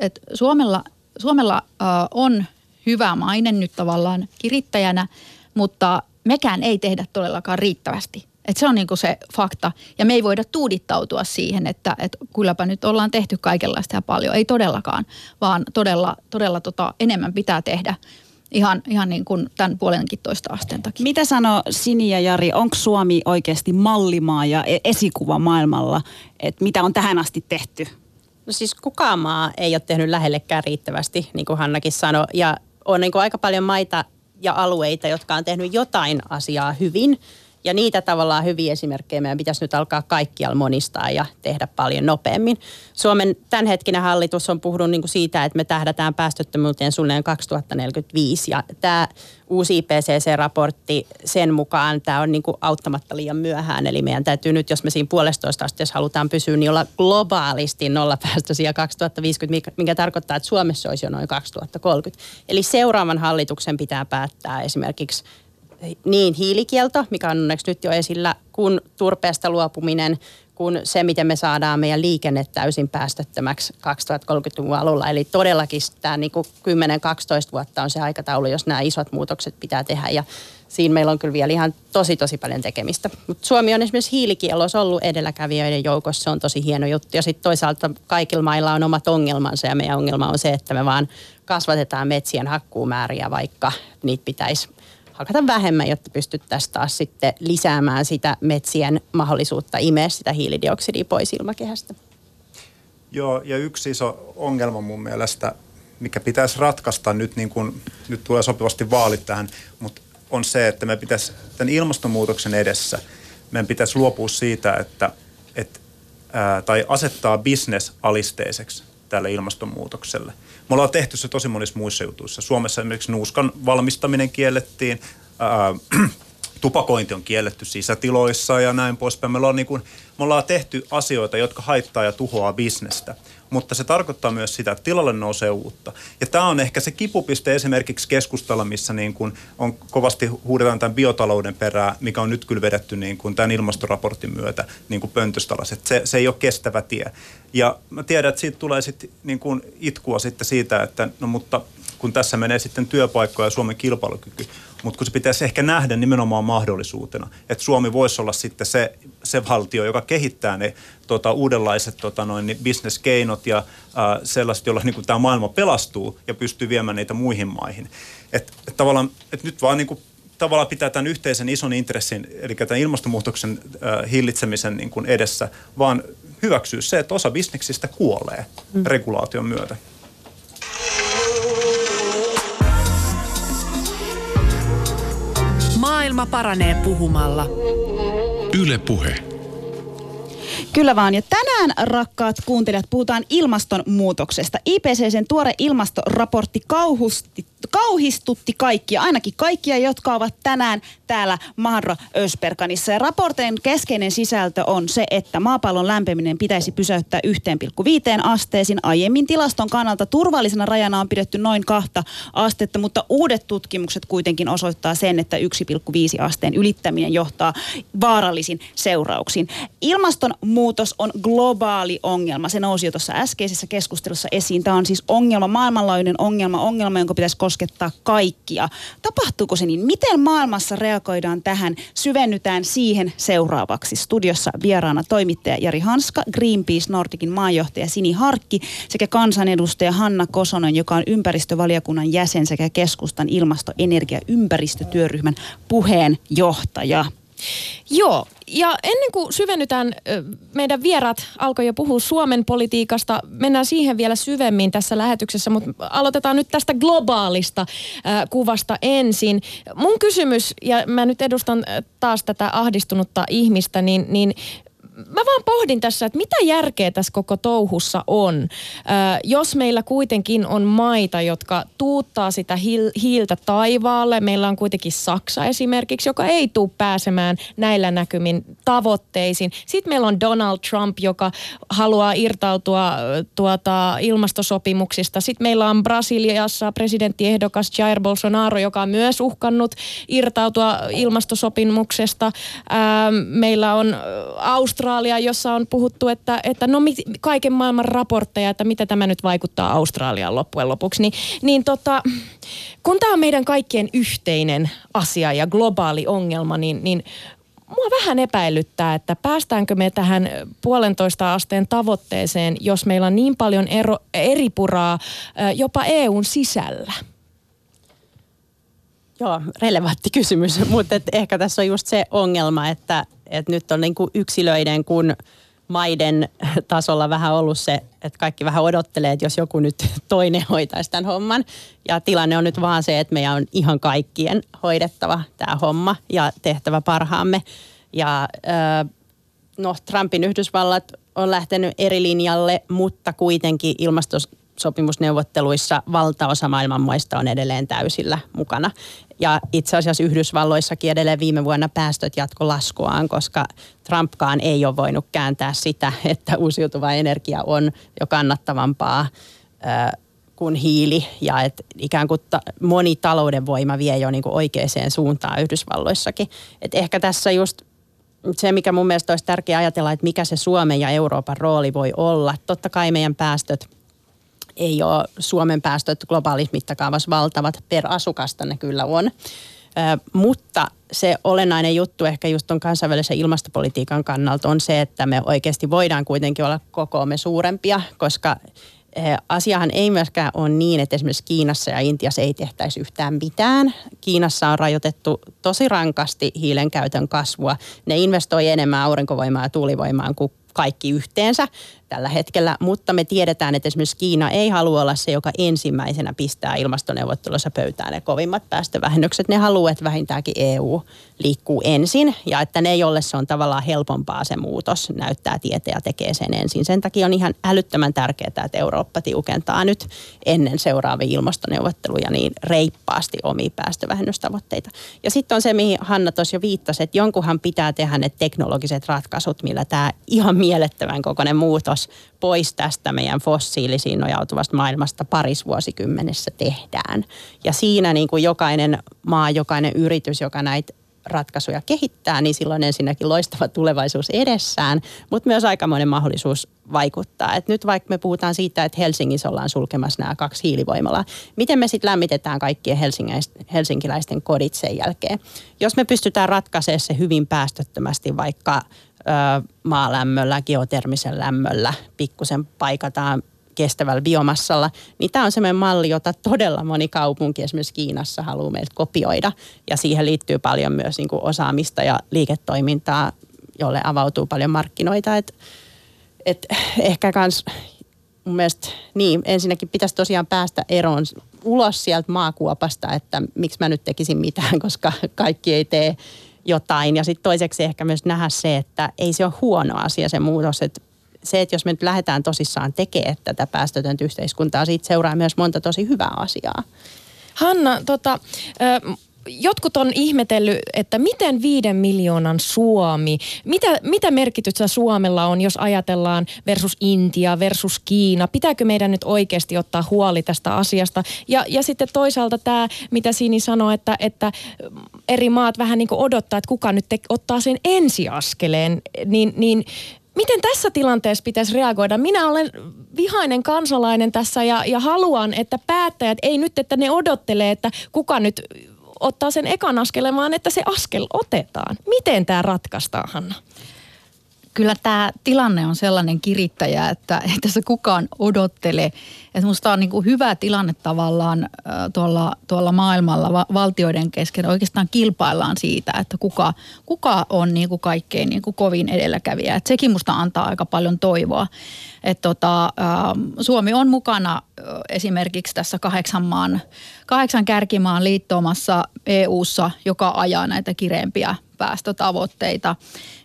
Suomella on hyvä maine nyt tavallaan kirittäjänä, mutta mekään ei tehdä todellakaan riittävästi. Että se on niinku se fakta. Ja me ei voida tuudittautua siihen, että kylläpä nyt ollaan tehty kaikenlaista ja paljon. Ei todellakaan, vaan todella enemmän pitää tehdä ihan niin kuin tämän 1,5 asteen takia. Mitä sanoo Sini ja Jari, onko Suomi oikeasti mallimaa ja esikuva maailmalla, että mitä on tähän asti tehty? No siis kukaan maa ei ole tehnyt lähellekään riittävästi, niin kuin Hannakin sanoi. Ja on niin kuin aika paljon maita ja alueita, jotka on tehnyt jotain asiaa hyvin. Ja niitä tavallaan hyviä esimerkkejä meidän pitäisi nyt alkaa kaikkialla monistaa ja tehdä paljon nopeammin. Suomen tämänhetkinen hallitus on puhunut niin kuin siitä, että me tähdätään päästöttömyyteen suunnilleen 2045. Ja tämä uusi IPCC-raportti, sen mukaan tämä on niin kuin auttamatta liian myöhään. Eli meidän täytyy nyt, jos me siinä 1,5 asteessa halutaan pysyä, niin olla globaalisti nollapäästöisiä 2050, mikä tarkoittaa, että Suomessa olisi jo noin 2030. Eli seuraavan hallituksen pitää päättää esimerkiksi niin hiilikielto, mikä on onneksi nyt jo esillä, kun turpeesta luopuminen, kun se, miten me saadaan meidän liikenne täysin päästöttömäksi 2030-luvun alulla. Eli todellakin tämä niin kuin 10-12 vuotta on se aikataulu, jos nämä isot muutokset pitää tehdä. Ja siinä meillä on kyllä vielä ihan tosi paljon tekemistä. Mutta Suomi on esimerkiksi hiilikiellossa ollut edelläkävijöiden joukossa. Se on tosi hieno juttu. Ja sitten toisaalta kaikilla mailla on omat ongelmansa. Ja meidän ongelma on se, että me vaan kasvatetaan metsien hakkuumääriä, vaikka niitä pitäisi hakata vähemmän, jotta pystyttäisiin taas sitten lisäämään sitä metsien mahdollisuutta imeä sitä hiilidioksidia pois ilmakehästä. Joo, ja yksi iso ongelma mun mielestä, mikä pitäisi ratkaista nyt, niin kun, nyt tulee sopivasti vaalit tähän, mutta on se, että me pitäisi tämän ilmastonmuutoksen edessä, meidän pitäisi luopua siitä, tai asettaa business alisteiseksi tälle ilmastonmuutokselle. Me ollaan tehty se tosi monissa muissa jutuissa. Suomessa esimerkiksi nuuskan valmistaminen kiellettiin, tupakointi on kielletty sisätiloissa ja näin poispäin. Me ollaan tehty asioita, jotka haittaa ja tuhoaa bisnestä, mutta se tarkoittaa myös sitä, että tilalle nousee uutta. Ja tämä on ehkä se kipupiste esimerkiksi keskustella, missä niin kuin on kovasti huudetaan tämän biotalouden perää, mikä on nyt kyllä vedetty niin kuin tämän ilmastoraportin myötä niin kuin pöntöstä alas. Se ei ole kestävä tie. Ja mä tiedän, että siitä tulee sitten niin kuin itkua sitten siitä, että no mutta kun tässä menee sitten työpaikkoja ja Suomen kilpailukyky, mutta kun se pitäisi ehkä nähdä nimenomaan mahdollisuutena, että Suomi voisi olla sitten se valtio, joka kehittää ne uudenlaiset bisneskeinot ja sellaiset, joilla niin tämä maailma pelastuu ja pystyy viemään niitä muihin maihin. Että nyt vaan niin kuin, tavallaan pitää tämän yhteisen ison intressin, eli tämän ilmastonmuutoksen hillitsemisen niin kuin edessä, vaan hyväksyä se, että osa bisneksistä kuolee regulaation myötä. Maailma paranee puhumalla. Yle Puhe. Kyllä vaan. Ja tänään, rakkaat kuuntelijat, puhutaan ilmastonmuutoksesta. IPCC:n tuore ilmastoraportti kauhistutti kaikkia, ainakin kaikkia, jotka ovat tänään täällä Mahadura Ösperkanissa. Ja raportin keskeinen sisältö on se, että maapallon lämpeneminen pitäisi pysäyttää 1,5 asteesin. Aiemmin tilaston kannalta turvallisena rajana on pidetty noin 2 astetta, mutta uudet tutkimukset kuitenkin osoittaa sen, että 1,5 asteen ylittäminen johtaa vaarallisiin seurauksiin. Ilmastonmuutos on globaali ongelma. Se nousi jo tuossa äskeisessä keskustelussa esiin. Tämä on siis ongelma, maailmanlaajuinen ongelma, jonka pitäisi koskettaa kaikkia. Tapahtuuko se niin? Miten maailmassa reagoidaan tähän? Syvennytään siihen seuraavaksi. Studiossa vieraana toimittaja Jari Hanska, Greenpeace Nordicin maanjohtaja Sini Harkki sekä kansanedustaja Hanna Kosonen, joka on ympäristövaliokunnan jäsen sekä keskustan ilmasto-, energia- ja ympäristötyöryhmän puheenjohtaja. Joo, ja ennen kuin syvennytään, meidän vieraat alkoi jo puhua Suomen politiikasta. Mennään siihen vielä syvemmin tässä lähetyksessä, mutta aloitetaan nyt tästä globaalista kuvasta ensin. Mun kysymys, ja mä nyt edustan taas tätä ahdistunutta ihmistä, niin mä vaan pohdin tässä, että mitä järkeä tässä koko touhussa on, jos meillä kuitenkin on maita, jotka tuuttaa sitä hiiltä taivaalle. Meillä on kuitenkin Saksa esimerkiksi, joka ei tule pääsemään näillä näkymin tavoitteisiin. Sitten meillä on Donald Trump, joka haluaa irtautua ilmastosopimuksista. Sitten meillä on Brasiliassa presidenttiehdokas Jair Bolsonaro, joka on myös uhkannut irtautua ilmastosopimuksesta. Meillä on Australia, jossa on puhuttu, että kaiken maailman raportteja, että mitä tämä nyt vaikuttaa Australiaan loppujen lopuksi. Kun tämä on meidän kaikkien yhteinen asia ja globaali ongelma, niin mua vähän epäilyttää, että päästäänkö me tähän 1,5 asteen tavoitteeseen, jos meillä on niin paljon eripuraa jopa EUn sisällä. Joo, relevantti kysymys, mutta ehkä tässä on just se ongelma, että nyt on niin kuin yksilöiden kuin maiden tasolla vähän ollut se, että kaikki vähän odottelee, että jos joku nyt toinen hoitaisi tämän homman. Ja tilanne on nyt vaan se, että meidän on ihan kaikkien hoidettava tämä homma ja tehtävä parhaamme. Ja Trumpin Yhdysvallat on lähtenyt eri linjalle, mutta kuitenkin ilmastosopimusneuvotteluissa valtaosa maailman maista on edelleen täysillä mukana. Ja itse asiassa Yhdysvalloissakin edelleen viime vuonna päästöt jatko laskuaan, koska Trumpkaan ei ole voinut kääntää sitä, että uusiutuva energia on jo kannattavampaa kuin hiili. Ja että ikään kuin moni talouden voima vie jo niin kuin oikeaan suuntaan Yhdysvalloissakin. Et ehkä tässä just se, mikä mun mielestä olisi tärkeää ajatella, että mikä se Suomen ja Euroopan rooli voi olla. Totta kai meidän päästöt ei ole, Suomen päästöt globaalissa mittakaavassa valtavat, per asukasta ne kyllä on. Mutta se olennainen juttu ehkä just ton kansainvälisen ilmastopolitiikan kannalta on se, että me oikeasti voidaan kuitenkin olla kokoomme suurempia, koska asiahan ei myöskään ole niin, että esimerkiksi Kiinassa ja Intiassa ei tehtäisi yhtään mitään. Kiinassa on rajoitettu tosi rankasti hiilen käytön kasvua. Ne investoi enemmän aurinkovoimaa ja tuulivoimaan kuin kaikki yhteensä tällä hetkellä, mutta me tiedetään, että esimerkiksi Kiina ei halua olla se, joka ensimmäisenä pistää ilmastoneuvottelussa pöytään ne kovimmat päästövähennykset. Ne haluaa, että vähintäänkin EU liikkuu ensin ja että ne, jolle se on tavallaan helpompaa se muutos, näyttää tietä ja tekee sen ensin. Sen takia on ihan älyttömän tärkeää, että Eurooppa tiukentaa nyt ennen seuraavia ilmastoneuvotteluja niin reippaasti omia päästövähennystavoitteita. Ja sitten on se, mihin Hanna tuossa jo viittasi, että jonkunhan pitää tehdä ne teknologiset ratkaisut, millä tämä ihan mielettömän kokoinen muutos pois tästä meidän fossiilisiin nojautuvasta maailmasta parissa vuosikymmenessä tehdään. Ja siinä niin kuin jokainen maa, jokainen yritys, joka näitä ratkaisuja kehittää, niin silloin ensinnäkin loistava tulevaisuus edessään, mutta myös aikamoinen mahdollisuus vaikuttaa. Et nyt vaikka me puhutaan siitä, että Helsingissä ollaan sulkemassa nämä 2 hiilivoimalaa, miten me sitten lämmitetään kaikkien helsinkiläisten kodit sen jälkeen? Jos me pystytään ratkaisemaan se hyvin päästöttömästi vaikka maalämmöllä, geotermisellä lämmöllä, pikkusen paikataan kestävällä biomassalla, niin tämä on semmoinen malli, jota todella moni kaupunki esimerkiksi Kiinassa haluaa meiltä kopioida. Ja siihen liittyy paljon myös niin kuin osaamista ja liiketoimintaa, jolle avautuu paljon markkinoita. Et ehkä kans mun mielestä niin, ensinnäkin pitäisi tosiaan päästä eroon ulos sieltä maakuopasta, että miksi mä nyt tekisin mitään, koska kaikki ei tee jotain. Ja sitten toiseksi ehkä myös nähdä se, että ei se ole huono asia se muutos. Että se, että jos me nyt lähdetään tosissaan tekemään tätä päästötöntä yhteiskuntaa, siitä seuraa myös monta tosi hyvää asiaa. Hanna, jotkut on ihmetellyt, että miten 5 miljoonan Suomi, mitä merkitystä Suomella on, jos ajatellaan versus Intia, versus Kiina? Pitääkö meidän nyt oikeasti ottaa huoli tästä asiasta? Ja sitten toisaalta tämä, mitä Sini sanoi, että eri maat vähän niin kuin odottaa, että kuka nyt ottaa sen ensiaskeleen, niin miten tässä tilanteessa pitäisi reagoida? Minä olen vihainen kansalainen tässä ja haluan, että päättäjät ei nyt, että ne odottelee, että kuka nyt ottaa sen ekan askeleen, vaan että se askel otetaan. Miten tämä ratkaistaan, Hanna? Kyllä tämä tilanne on sellainen kirittäjä, että ei tässä kukaan odottele. Että musta on niin kuin hyvä tilanne tavallaan tuolla maailmalla valtioiden kesken. Oikeastaan kilpaillaan siitä, että kuka on niin kuin kaikkein niin kuin kovin edelläkävijä. Et sekin musta antaa aika paljon toivoa. Suomi on mukana esimerkiksi tässä 8 kärkimaan liittoumassa EU:ssa, joka ajaa näitä kireempiä päästötavoitteita.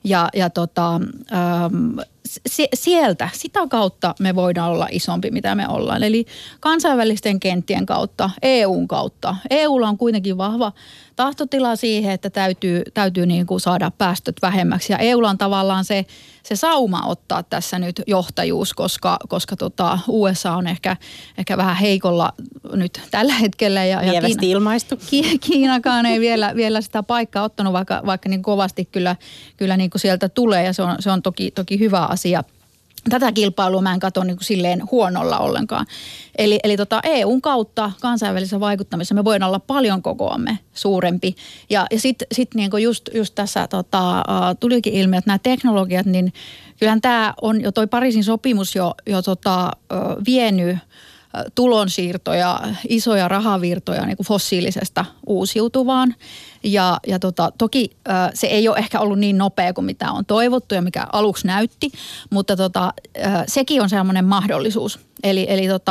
Sieltä, sitä kautta me voidaan olla isompi, mitä me ollaan. Eli kansainvälisten kenttien kautta, EUn kautta. EUlla on kuitenkin vahva tahtotila siihen, että täytyy niin kuin saada päästöt vähemmäksi. Ja EUlla on tavallaan se sauma ottaa tässä nyt johtajuus, koska USA on ehkä vähän heikolla nyt tällä hetkellä. Ja lievästi ilmaistu. Kiinakaan ei vielä sitä paikkaa ottanut, vaikka niin kovasti kyllä niin kuin sieltä tulee, ja se on toki hyvä asia. Tätä kilpailua mä en katso niin kuin silleen huonolla ollenkaan. Eli EUn kautta kansainvälisessä vaikuttamisessa me voidaan olla paljon kokoamme suurempi. Ja sitten niin kuin just tässä tulikin ilmi, että nämä teknologiat, niin kyllähän tämä on jo toi Pariisin sopimus jo vienyt tulonsiirtoja, isoja rahavirtoja niin kuin fossiilisesta uusiutuvaan. Ja toki se ei ole ehkä ollut niin nopea kuin mitä on toivottu ja mikä aluksi näytti, mutta sekin on sellainen mahdollisuus. Eli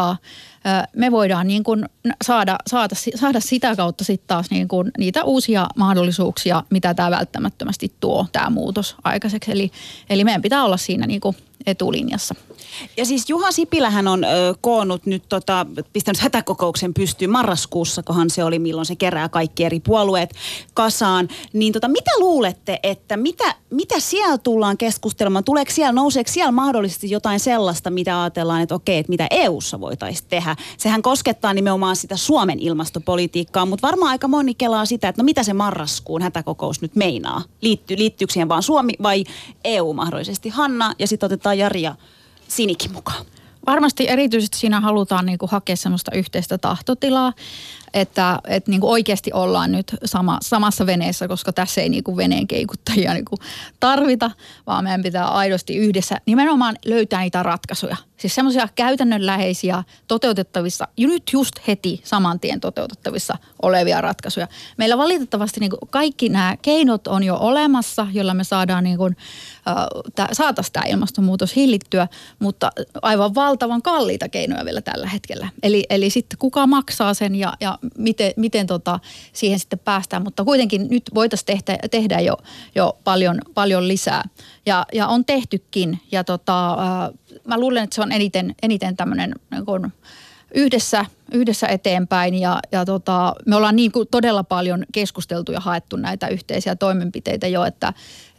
me voidaan niin kuin saada sitä kautta sitten taas niin kuin niitä uusia mahdollisuuksia, mitä tämä välttämättömästi tuo, tämä muutos aikaiseksi. Eli meidän pitää olla siinä niin kuin etulinjassa. Ja siis Juha Sipilähän on koonnut nyt, pistänyt hätäkokouksen pystyyn marraskuussa, kohan se oli, milloin se kerää kaikki eri puolueet kasaan. Niin mitä luulette, että mitä siellä tullaan keskustelemaan? Nouseeko siellä mahdollisesti jotain sellaista, mitä ajatellaan, että okei, että mitä EU:ssa voitaisiin tehdä? Sehän koskettaa nimenomaan sitä Suomen ilmastopolitiikkaa, mutta varmaan aika moni kelaa sitä, että no mitä se marraskuun hätäkokous nyt meinaa? Liittyykö siihen vaan Suomi vai EU mahdollisesti? Hanna, ja sitten otetaan Jari ja Sinikin mukaan. Varmasti erityisesti siinä halutaan niin kuin hakea semmoista yhteistä tahtotilaa, että niin kuin oikeasti ollaan nyt samassa veneessä, koska tässä ei niin kuin veneen keikuttajia niin kuin tarvita, vaan meidän pitää aidosti yhdessä nimenomaan löytää niitä ratkaisuja. Siis semmoisia käytännönläheisiä, toteutettavissa, nyt just heti saman tien toteutettavissa olevia ratkaisuja. Meillä valitettavasti niin kuin kaikki nämä keinot on jo olemassa, joilla me saadaan niin kuin, saataisiin tämä ilmastonmuutos hillittyä, mutta aivan valtavan kalliita keinoja vielä tällä hetkellä. Eli sitten kuka maksaa sen ja miten siihen sitten päästään, mutta kuitenkin nyt voitaisiin tehdä jo paljon lisää ja on tehtykin ja mä luulen, että se on eniten tämmöinen niin kuin yhdessä eteenpäin ja me ollaan niin kuin todella paljon keskusteltu ja haettu näitä yhteisiä toimenpiteitä jo, että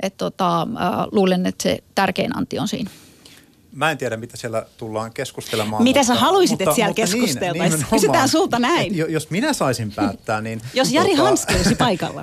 luulen, että se tärkein anti on siinä. Mä en tiedä, mitä siellä tullaan keskustelemaan. Mitä sä haluisit, että siellä keskusteltaisiin? Kysytään sulta näin. Jos minä saisin päättää, niin... Jos Jari Hanski olisi paikalla.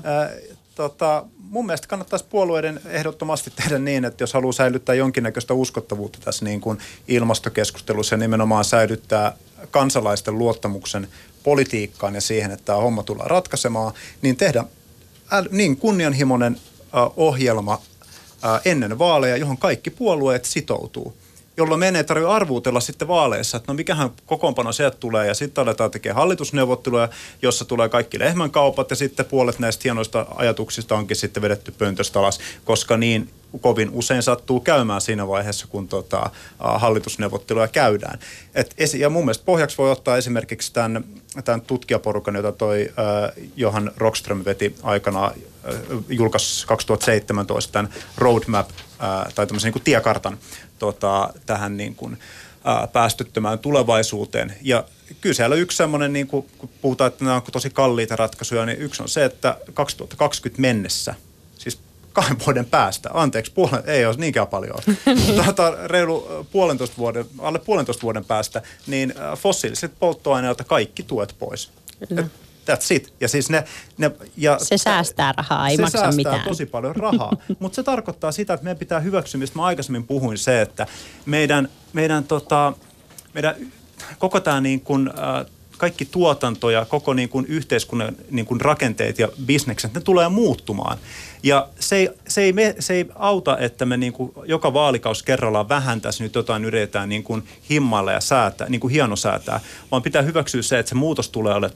Mun mielestä kannattaisi puolueiden ehdottomasti tehdä niin, että jos haluaa säilyttää jonkinnäköistä uskottavuutta tässä niin kuin ilmastokeskustelussa ja nimenomaan säilyttää kansalaisten luottamuksen politiikkaan ja siihen, että tämä homma tullaan ratkaisemaan, niin tehdä niin kunnianhimoinen ohjelma ennen vaaleja, johon kaikki puolueet sitoutuu, jolloin meidän ei tarvitse arvuutella sitten vaaleissa, että no mikähän kokoonpano sieltä tulee ja sitten aletaan tekemään hallitusneuvotteluja, jossa tulee kaikki lehmänkaupat ja sitten puolet näistä hienoista ajatuksista onkin sitten vedetty pöntöstä alas, koska niin kovin usein sattuu käymään siinä vaiheessa, kun hallitusneuvotteluja käydään. Ja mun mielestä pohjaksi voi ottaa esimerkiksi tämän tutkijaporukan, jota toi Johan Rockström veti aikanaan, julkaisi 2017 tämän roadmap tai tämmöisen niin kuin tiekartan tähän niin kuin, päästöttömään tulevaisuuteen. Ja kyllä siellä yksi semmoinen, niin kun puhutaan, että nämä on tosi kalliita ratkaisuja, niin yksi on se, että 2020 mennessä, siis 2 vuoden päästä, ei ole niinkään paljon, reilu alle 1,5 vuoden päästä, niin fossiiliset polttoaineilta kaikki tuet pois. That's it. Ja siis se säästää rahaa, ei maksa mitään. Se säästää tosi paljon rahaa, mutta se tarkoittaa sitä, että meidän pitää hyväksyä, mistä mä aikaisemmin puhuin, se, että meidän koko tämä niin kuin, kaikki tuotanto ja koko niin kuin yhteiskunnan niin kuin rakenteet ja bisnekset, ne tulee muuttumaan. Ja se ei auta, että me niin kuin joka vaalikaus kerrallaan vähän tässä nyt jotain yritetään niin kuin himmailla ja säätää, niin kuin hienosäätää, vaan pitää hyväksyä se, että se muutos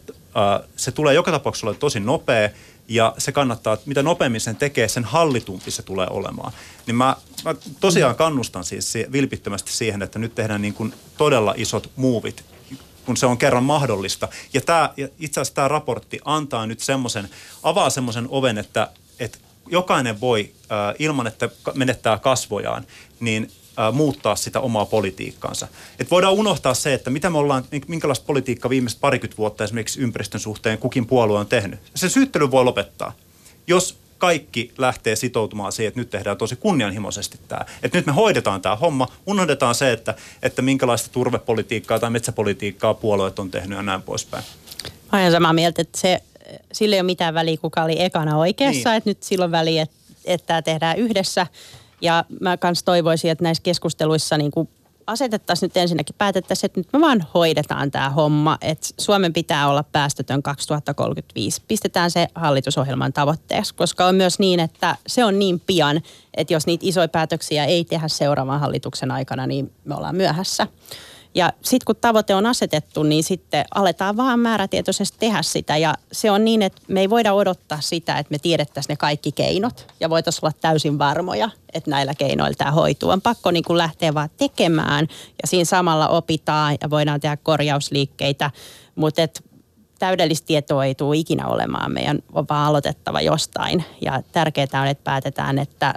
se tulee joka tapauksessa olla tosi nopea ja se kannattaa, mitä nopeammin sen tekee, sen hallitumpi se tulee olemaan. Niin mä tosiaan kannustan siis vilpittömästi siihen, että nyt tehdään niin kuin todella isot muuvit, kun se on kerran mahdollista. Ja itse asiassa tämä raportti antaa nyt avaa semmoisen oven, että jokainen voi ilman, että menettää kasvojaan, niin muuttaa sitä omaa politiikkaansa. Et voidaan unohtaa se, että minkälaista politiikkaa viimeiset 20 vuotta esimerkiksi ympäristön suhteen kukin puolue on tehnyt. Se syyttely voi lopettaa, jos kaikki lähtee sitoutumaan siihen, että nyt tehdään tosi kunnianhimoisesti tämä. Että nyt me hoidetaan tämä homma, unohdetaan se, että minkälaista turvepolitiikkaa tai metsäpolitiikkaa puolueet on tehnyt ja näin poispäin. Mä olen samaa mieltä, että sillä ei ole mitään väliä, kuka oli ekana oikeassa, niin. Että nyt silloin väliä, että tämä tehdään yhdessä. Ja mä kans toivoisin, että näissä keskusteluissa niin kuin asetettaisiin nyt ensinnäkin, päätettäisiin, että nyt me vaan hoidetaan tämä homma, että Suomen pitää olla päästötön 2035. Pistetään se hallitusohjelman tavoitteeksi, koska on myös niin, että se on niin pian, että jos niitä isoja päätöksiä ei tehdä seuraavan hallituksen aikana, niin me ollaan myöhässä. Ja sitten kun tavoite on asetettu, niin sitten aletaan vaan määrätietoisesti tehdä sitä. Ja se on niin, että me ei voida odottaa sitä, että me tiedettäisiin ne kaikki keinot. Ja voitaisiin olla täysin varmoja, että näillä keinoilla tämä hoituu. On pakko niin kuin lähteä vaan tekemään ja siinä samalla opitaan ja voidaan tehdä korjausliikkeitä. Mutta täydellistä tietoa ei tule ikinä olemaan. Meidän on vaan aloitettava jostain. Ja tärkeää on, että päätetään, että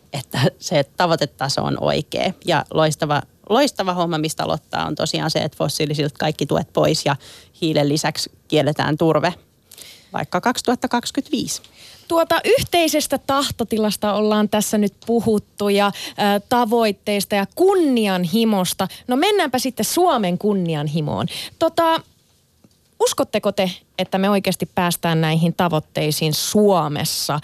se tavoitetaso on oikea ja loistava homma, mistä aloittaa, on tosiaan se, että fossiilisilta kaikki tuet pois ja hiilen lisäksi kielletään turve vaikka 2025. Yhteisestä tahtotilasta ollaan tässä nyt puhuttu ja tavoitteista ja kunnianhimosta. No mennäänpä sitten Suomen kunnianhimoon. Uskotteko te, että me oikeasti päästään näihin tavoitteisiin Suomessa?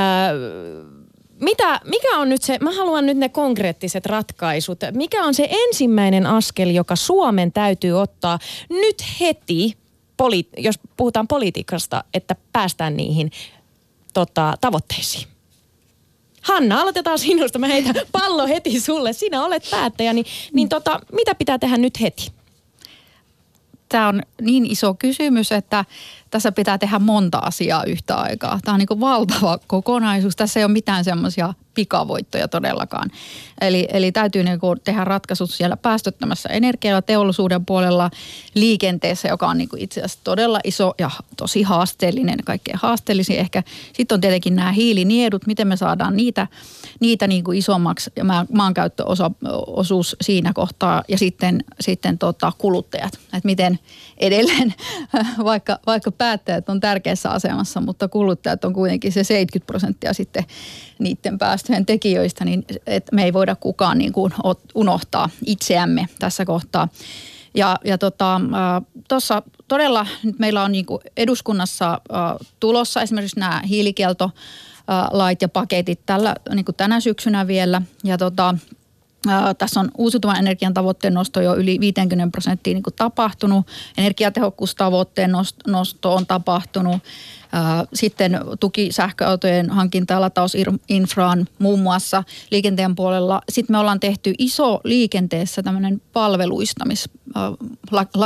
Mikä on nyt mä haluan nyt ne konkreettiset ratkaisut. Mikä on se ensimmäinen askel, joka Suomen täytyy ottaa nyt heti, jos puhutaan politiikasta, että päästään niihin tavoitteisiin? Hanna, aloitetaan sinusta. Mä heitän pallo heti sulle. Sinä olet päättäjä, niin mitä pitää tehdä nyt heti? Tämä on niin iso kysymys, että tässä pitää tehdä monta asiaa yhtä aikaa. Tämä on niin kuin valtava kokonaisuus. Tässä ei ole mitään semmoisia pikavoittoja todellakaan. Eli täytyy niin kuin tehdä ratkaisut siellä päästöttömässä energialla, teollisuuden puolella, liikenteessä, joka on niin kuin itse asiassa todella iso ja tosi haasteellinen, kaikkein haasteellisin ehkä. Sitten on tietenkin nämä hiiliniedut, miten me saadaan niitä niin kuin isommaksi ja maankäyttöosuus siinä kohtaa ja sitten kuluttajat. Että miten edelleen, vaikka päättäjät on tärkeässä asemassa, mutta kuluttajat on kuitenkin se 70% sitten niiden päästöjen tekijöistä, niin että me ei voida kukaan niin kuin unohtaa itseämme tässä kohtaa. Ja tuossa todella nyt meillä on niin kuin eduskunnassa tulossa esimerkiksi nämä hiilikieltolait ja paketit niin kuin tänä syksynä vielä. Ja tässä on uusiutuvan energian tavoitteen nosto jo yli 50% niin kuin tapahtunut. Energiatehokkuustavoitteen nosto on tapahtunut. Sitten tuki sähköautojen hankinta- ja latausinfraan muun muassa liikenteen puolella. Sitten me ollaan tehty iso liikenteessä tämmöinen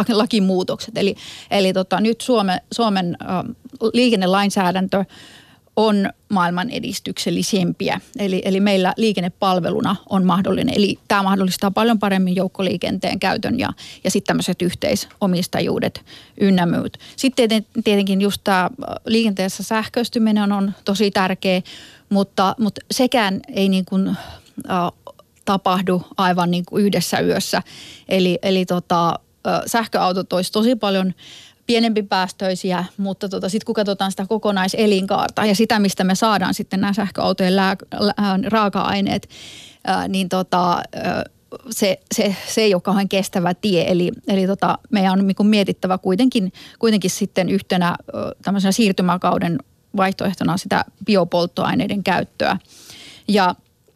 palveluistamislakimuutokset. Eli nyt Suomen liikennelainsäädäntö on maailman edistyksellisempiä. Eli meillä liikennepalveluna on mahdollinen. Eli tämä mahdollistaa paljon paremmin joukkoliikenteen käytön ja sitten tämmöiset yhteisomistajuudet ynnä muut. Sitten tietenkin just tämä liikenteessä sähköistyminen on tosi tärkeä, mutta sekään ei niin kuin tapahdu aivan niin kuin yhdessä yössä. Eli sähköautot olisi tosi paljon pienempipäästöisiä, mutta sitten kun katsotaan sitä kokonaiselinkaarta ja sitä, mistä me saadaan sitten nämä sähköautojen raaka-aineet, niin se ei ole kauhean kestävä tie. Eli meidän on niin mietittävä kuitenkin sitten yhtenä tämmöisenä siirtymäkauden vaihtoehtona sitä biopolttoaineiden käyttöä. Ja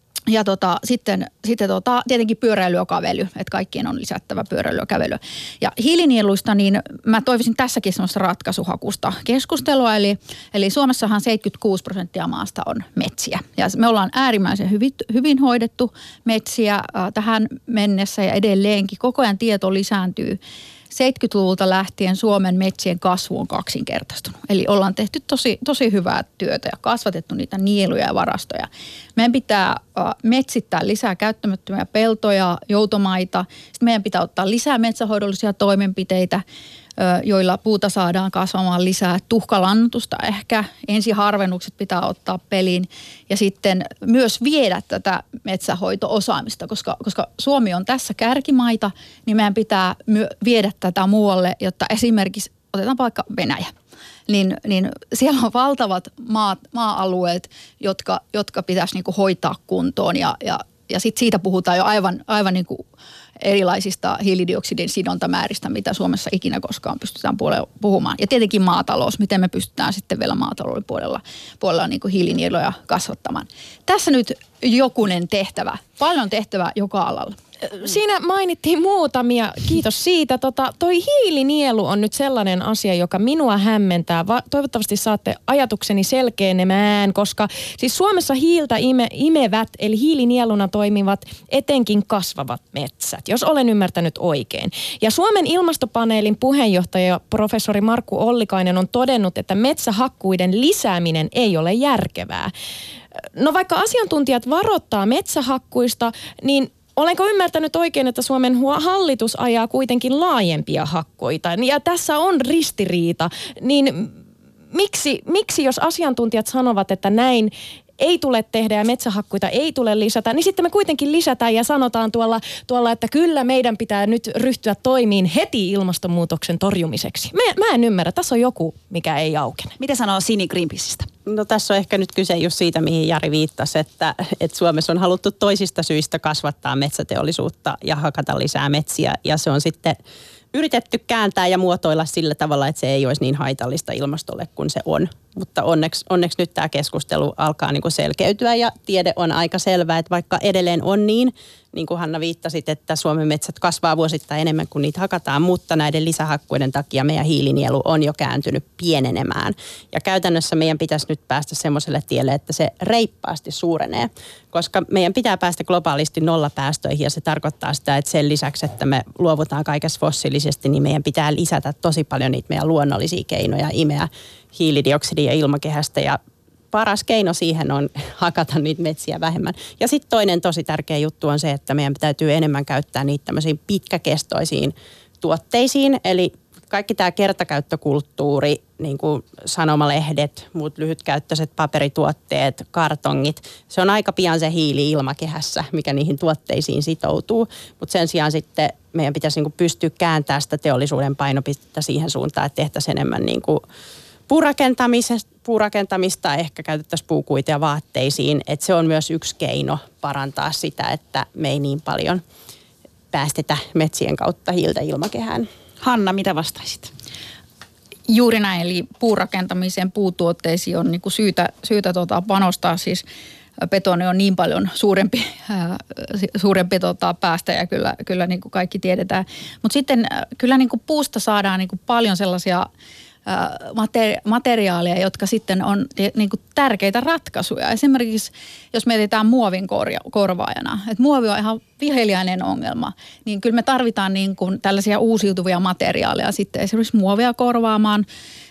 sitten tietenkin pyöräily ja kävely, että kaikkien on lisättävä pyöräily ja kävely. Ja hiilinieluista, niin mä toivoisin tässäkin semmoista ratkaisuhakusta keskustelua. Eli Suomessahan 76% maasta on metsiä. Ja me ollaan äärimmäisen hyvin hoidettu metsiä tähän mennessä ja edelleenkin. Koko ajan tieto lisääntyy. 70-luvulta lähtien Suomen metsien kasvu on kaksinkertaistunut. Eli ollaan tehty tosi hyvää työtä ja kasvatettu niitä nieluja ja varastoja. Meidän pitää metsittää lisää käyttämättömiä peltoja, joutomaita. Sitten meidän pitää ottaa lisää metsähoidollisia toimenpiteitä, joilla puuta saadaan kasvamaan lisää. Tuhkalannutusta ehkä. Ensiharvennukset pitää ottaa peliin ja sitten myös viedä tätä metsähoito-osaamista, koska Suomi on tässä kärkimaita, niin meidän pitää viedä tätä muualle, jotta esimerkiksi otetaan vaikka Venäjä. Niin siellä on valtavat maa-alueet, jotka pitäisi niinku hoitaa kuntoon ja sitten siitä puhutaan jo aivan niinku erilaisista hiilidioksidin sidontamääristä, mitä Suomessa ikinä koskaan pystytään puhumaan. Ja tietenkin maatalous, miten me pystytään sitten vielä maatalouden puolella niin kuin hiilinieluja kasvattamaan. Tässä nyt jokunen tehtävä, paljon tehtävää joka alalla. Siinä mainittiin muutamia, kiitos siitä. Toi hiilinielu on nyt sellainen asia, joka minua hämmentää. Toivottavasti saatte ajatukseni selkeänemään, koska siis Suomessa hiiltä imevät, eli hiilinieluna toimivat etenkin kasvavat metsät, jos olen ymmärtänyt oikein. Ja Suomen ilmastopaneelin puheenjohtaja professori Markku Ollikainen on todennut, että metsähakkuiden lisääminen ei ole järkevää. No vaikka asiantuntijat varoittaa metsähakkuista, niin olenko ymmärtänyt oikein, että Suomen hallitus ajaa kuitenkin laajempia hakkoita? Ja tässä on ristiriita. Niin miksi jos asiantuntijat sanovat, että näin ei tule tehdä ja metsähakkuita ei tule lisätä, niin sitten me kuitenkin lisätään ja sanotaan tuolla että kyllä meidän pitää nyt ryhtyä toimiin heti ilmastonmuutoksen torjumiseksi. Mä en ymmärrä. Tässä on joku, mikä ei aukene. Mitä sanoo Sini Greenpeaceista? No tässä on ehkä nyt kyse just siitä, mihin Jari viittasi, että Suomessa on haluttu toisista syistä kasvattaa metsäteollisuutta ja hakata lisää metsiä. Ja se on sitten yritetty kääntää ja muotoilla sillä tavalla, että se ei olisi niin haitallista ilmastolle kuin se on. Mutta onneksi nyt tämä keskustelu alkaa niin kuin selkeytyä ja tiede on aika selvää, että vaikka edelleen on niin kuin Hanna viittasit, että Suomen metsät kasvaa vuosittain enemmän kuin niitä hakataan, mutta näiden lisähakkuiden takia meidän hiilinielu on jo kääntynyt pienenemään. Ja käytännössä meidän pitäisi nyt päästä semmoiselle tielle, että se reippaasti suurenee, koska meidän pitää päästä globaalisti nollapäästöihin ja se tarkoittaa sitä, että sen lisäksi, että me luovutaan kaikessa fossiilisesti, niin meidän pitää lisätä tosi paljon niitä meidän luonnollisia keinoja imeä hiilidioksidia ilmakehästä ja paras keino siihen on hakata niitä metsiä vähemmän. Ja sitten toinen tosi tärkeä juttu on se, että meidän täytyy enemmän käyttää niitä tämmöisiin pitkäkestoisiin tuotteisiin. Eli kaikki tämä kertakäyttökulttuuri, niin kuin sanomalehdet, muut lyhytkäyttöiset paperituotteet, kartongit, se on aika pian se hiili ilmakehässä, mikä niihin tuotteisiin sitoutuu. Mutta sen sijaan sitten meidän pitäisi niin kuin pystyä kääntämään sitä teollisuuden painopistettä siihen suuntaan, että tehtäisiin enemmän niin kuin puurakentamista, ehkä käytettäisiin puukuiteja vaatteisiin, että se on myös yksi keino parantaa sitä, että me ei niin paljon päästetä metsien kautta hiiltä ilmakehään. Hanna, mitä vastaisit? Juuri näin, eli puurakentamiseen, puutuotteisiin on niin kuin syytä panostaa, siis betoni on niin paljon suurempi päästäjä, kyllä niin kuin kaikki tiedetään. Mutta sitten kyllä niin kuin puusta saadaan niin kuin paljon sellaisia materiaaleja, jotka sitten on niin kuin tärkeitä ratkaisuja. Esimerkiksi jos mietitään muovin korvaajana, että muovi on ihan viheliäinen ongelma, niin kyllä me tarvitaan niin kuin tällaisia uusiutuvia materiaaleja sitten esimerkiksi muovia korvaamaan.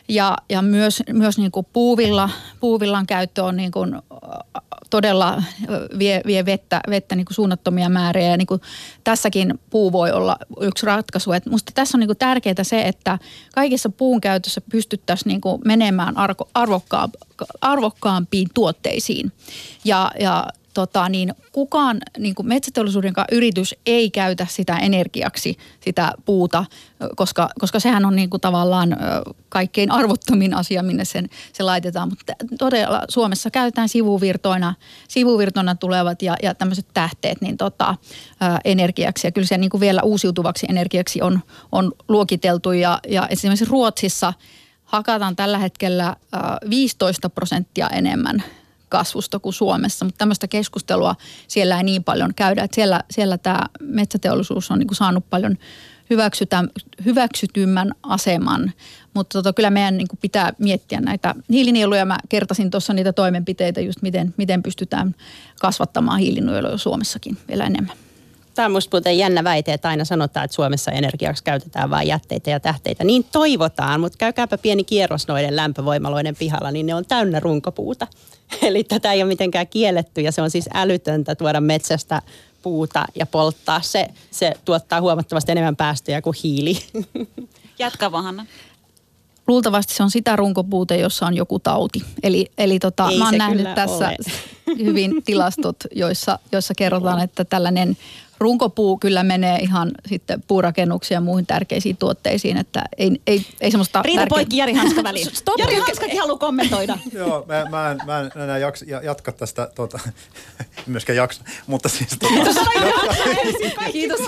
Ja myös niin kuin puuvillan käyttö on niin kuin todella vie vettä niin kuin suunnattomia määriä. Ja niin kuin tässäkin puu voi olla yksi ratkaisu. Et musta tässä on niin kuin tärkeää se, että kaikissa puun käytössä pystyttäisiin niin kuin menemään arvokkaampiin tuotteisiin. Ja kukaan niin kuin metsäteollisuuden yritys ei käytä sitä energiaksi, sitä puuta, koska sehän on niin kuin tavallaan kaikkein arvottomin asia, minne se laitetaan. Mutta todella Suomessa käytetään sivuvirtoina tulevat ja tämmöiset tähteet niin energiaksi. Ja kyllä se niin kuin vielä uusiutuvaksi energiaksi on luokiteltu ja esimerkiksi Ruotsissa hakataan tällä hetkellä 15% enemmän kasvusta kuin Suomessa, mutta tämmöistä keskustelua siellä ei niin paljon käydä. Että siellä tämä metsäteollisuus on niin kuin saanut paljon hyväksytymmän aseman, mutta kyllä meidän niin kuin pitää miettiä näitä hiilinieluja. Mä kertasin tuossa niitä toimenpiteitä, just miten pystytään kasvattamaan hiilinieluja Suomessakin vielä enemmän. Tämä on musta muuten jännä väite, että aina sanotaan, että Suomessa energiaksi käytetään vain jätteitä ja tähteitä. Niin toivotaan, mutta käykääpä pieni kierros noiden lämpövoimaloiden pihalla, niin ne on täynnä runkopuuta. Eli tätä ei ole mitenkään kielletty ja se on siis älytöntä tuoda metsästä puuta ja polttaa. Se tuottaa huomattavasti enemmän päästöjä kuin hiili. Jatka vaan, Hanna. Luultavasti se on sitä runkopuuta, jossa on joku tauti. Eli mä oon nähnyt tässä hyvin tilastot, joissa kerrotaan, että tällainen runkopuu kyllä menee ihan sitten puurakennuksia ja muihin tärkeisiin tuotteisiin, että ei semmoista Riita poikki, Jari Hanska väliin. Jari Hanskakin haluaa kommentoida. Joo, mä en enää jatka tästä, myöskään jaksa, mutta siis Kiitos.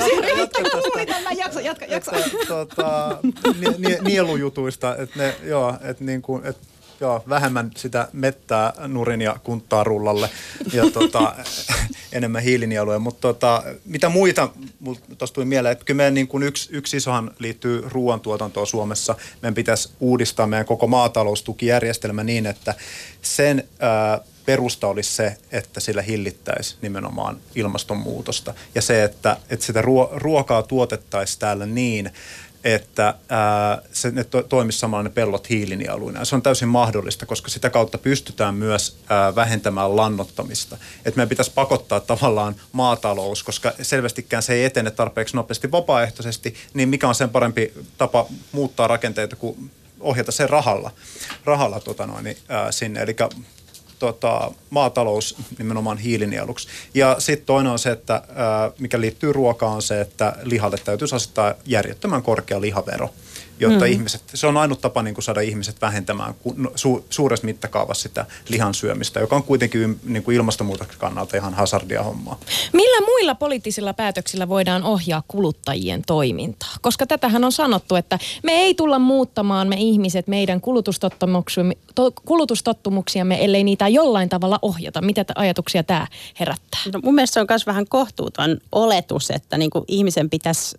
Jaksa. Nielujutuista, että ne, vähemmän sitä mettää nurin ja kunttaa rullalle ja enemmän hiilinieluja. Mutta mitä muita, tuossa tuli mieleen, että kyllä meidän niin kuin yksi isohan liittyy ruoantuotantoon Suomessa. Meidän pitäisi uudistaa meidän koko maataloustukijärjestelmä niin, että sen perusta olisi se, että sillä hillittäisi nimenomaan ilmastonmuutosta. Ja se, että sitä ruokaa tuotettaisiin täällä niin, että ne toimisi samalla ne pellot hiilinieluina. Se on täysin mahdollista, koska sitä kautta pystytään myös vähentämään lannoittamista. Että meidän pitäisi pakottaa tavallaan maatalous, koska selvästikään se ei etene tarpeeksi nopeasti vapaaehtoisesti, niin mikä on sen parempi tapa muuttaa rakenteita kuin ohjata sen rahalla sinne. Eli maatalous nimenomaan hiilinieluksi. Ja sitten toinen on se, että mikä liittyy ruokaan, on se, että lihalle täytyisi asettaa järjettömän korkea lihavero, jotta ihmiset, se on ainut tapa niin kuin saada ihmiset vähentämään suuressa mittakaavassa sitä lihan syömistä, joka on kuitenkin niin kuin ilmastonmuutoksen kannalta ihan hazardia hommaa. Millä muilla poliittisilla päätöksillä voidaan ohjaa kuluttajien toimintaa? Koska tätähän on sanottu, että me ei tulla muuttamaan me ihmiset meidän kulutustottumuksiamme, ellei niitä jollain tavalla ohjata. Mitä ajatuksia tämä herättää? No, mun mielestä se on myös vähän kohtuuton oletus, että niin kuin ihmisen pitäisi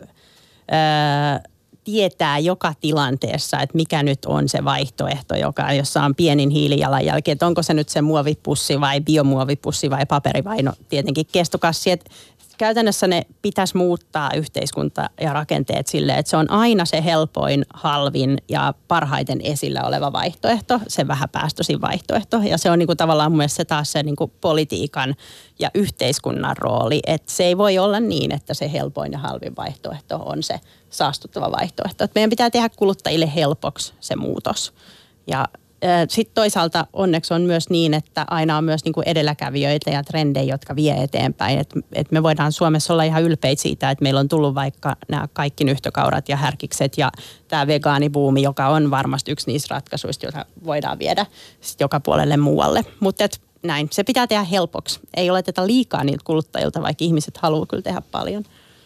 tietää joka tilanteessa, että mikä nyt on se vaihtoehto, jossa on pienin hiilijalanjälki, että onko se nyt se muovipussi vai biomuovipussi vai paperi vai no tietenkin kestokassi, että käytännössä ne pitäisi muuttaa yhteiskunta ja rakenteet silleen, että se on aina se helpoin, halvin ja parhaiten esillä oleva vaihtoehto, se vähäpäästöisin vaihtoehto. Ja se on niin kuin tavallaan mun mielestä taas se niin kuin politiikan ja yhteiskunnan rooli, että se ei voi olla niin, että se helpoin ja halvin vaihtoehto on se saastuttava vaihtoehto. Että meidän pitää tehdä kuluttajille helpoksi se muutos. Ja sitten toisaalta onneksi on myös niin, että aina on myös niin kuin edelläkävijöitä ja trendejä, jotka vie eteenpäin. Et me voidaan Suomessa olla ihan ylpeitä siitä, että meillä on tullut vaikka nämä kaikki nyhtökaurat ja härkikset ja tämä vegaanibuumi, joka on varmasti yksi niistä ratkaisuista, joita voidaan viedä joka puolelle muualle. Mutta näin, se pitää tehdä helpoksi. Ei oleteta liikaa niiltä kuluttajilta, vaikka ihmiset haluaa kyllä tehdä paljon.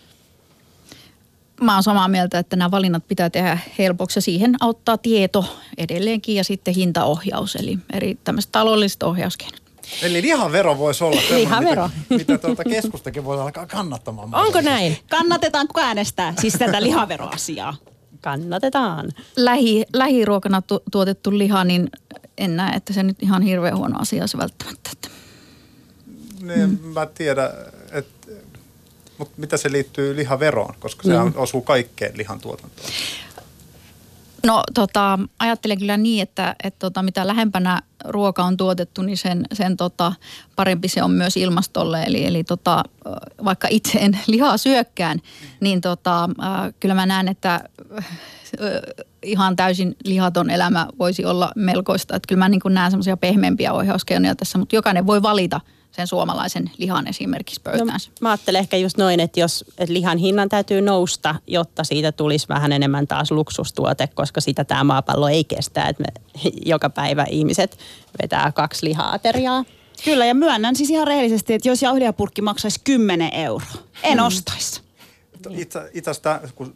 Mä oon samaa mieltä, että nämä valinnat pitää tehdä helpoksi ja siihen auttaa tieto edelleenkin ja sitten hintaohjaus, eli eri tämmöiset taloudelliset ohjauskeinot. Eli lihavero voisi olla lihavero. mitä keskustakin voi alkaa kannattamaan. Onko näin? Kannatetaan, kuka äänestää siis tätä lihaveroasiaa? Kannatetaan. Lähiruokana tuotettu liha, niin en näe, että se nyt ihan hirveän huono asia se välttämättä. Niin, mä tiedän, että mutta mitä se liittyy lihaveroon, koska se osuu kaikkeen lihan tuotantoon? No ajattelen kyllä niin, että mitä lähempänä ruoka on tuotettu, niin sen parempi se on myös ilmastolle. Eli vaikka itse en lihaa syökkään, niin kyllä mä näen, että ihan täysin lihaton elämä voisi olla melkoista. Että kyllä mä niin kuin näen semmoisia pehmeämpiä ohjauskeinoja tässä, mutta jokainen voi valita sen suomalaisen lihan esimerkiksi pöytäänsä. No, mä ajattelen ehkä just noin, että jos lihan hinnan täytyy nousta, jotta siitä tulisi vähän enemmän taas luksustuote, koska sitä tämä maapallo ei kestä, että me joka päivä ihmiset vetää 2 liha-ateriaa. Kyllä, ja myönnän siis ihan rehellisesti, että jos jauhelihapurkki maksaisi 10 €, en ostaisi. Itse asiassa kun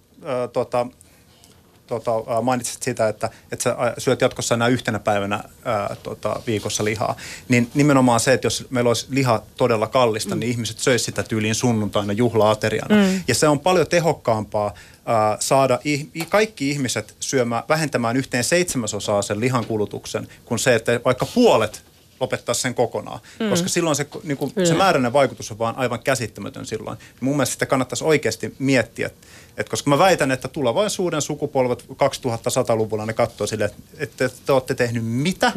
mainitsit sitä, että sä syöt jatkossa enää yhtenä päivänä viikossa lihaa, niin nimenomaan se, että jos meillä olisi liha todella kallista, niin ihmiset söisivät sitä tyyliin sunnuntaina juhla-ateriana. Ja se on paljon tehokkaampaa saada kaikki ihmiset vähentämään 1/7 sen lihan kulutuksen, kuin se, että vaikka puolet lopettaa sen kokonaan, koska silloin se määräinen vaikutus on vaan aivan käsittämätön silloin. Mun mielestä sitä kannattaisi oikeasti miettiä, että koska mä väitän, että tulevaisuuden sukupolvet 2100-luvulla ne katsoo silleen, että te olette tehnyt mitä?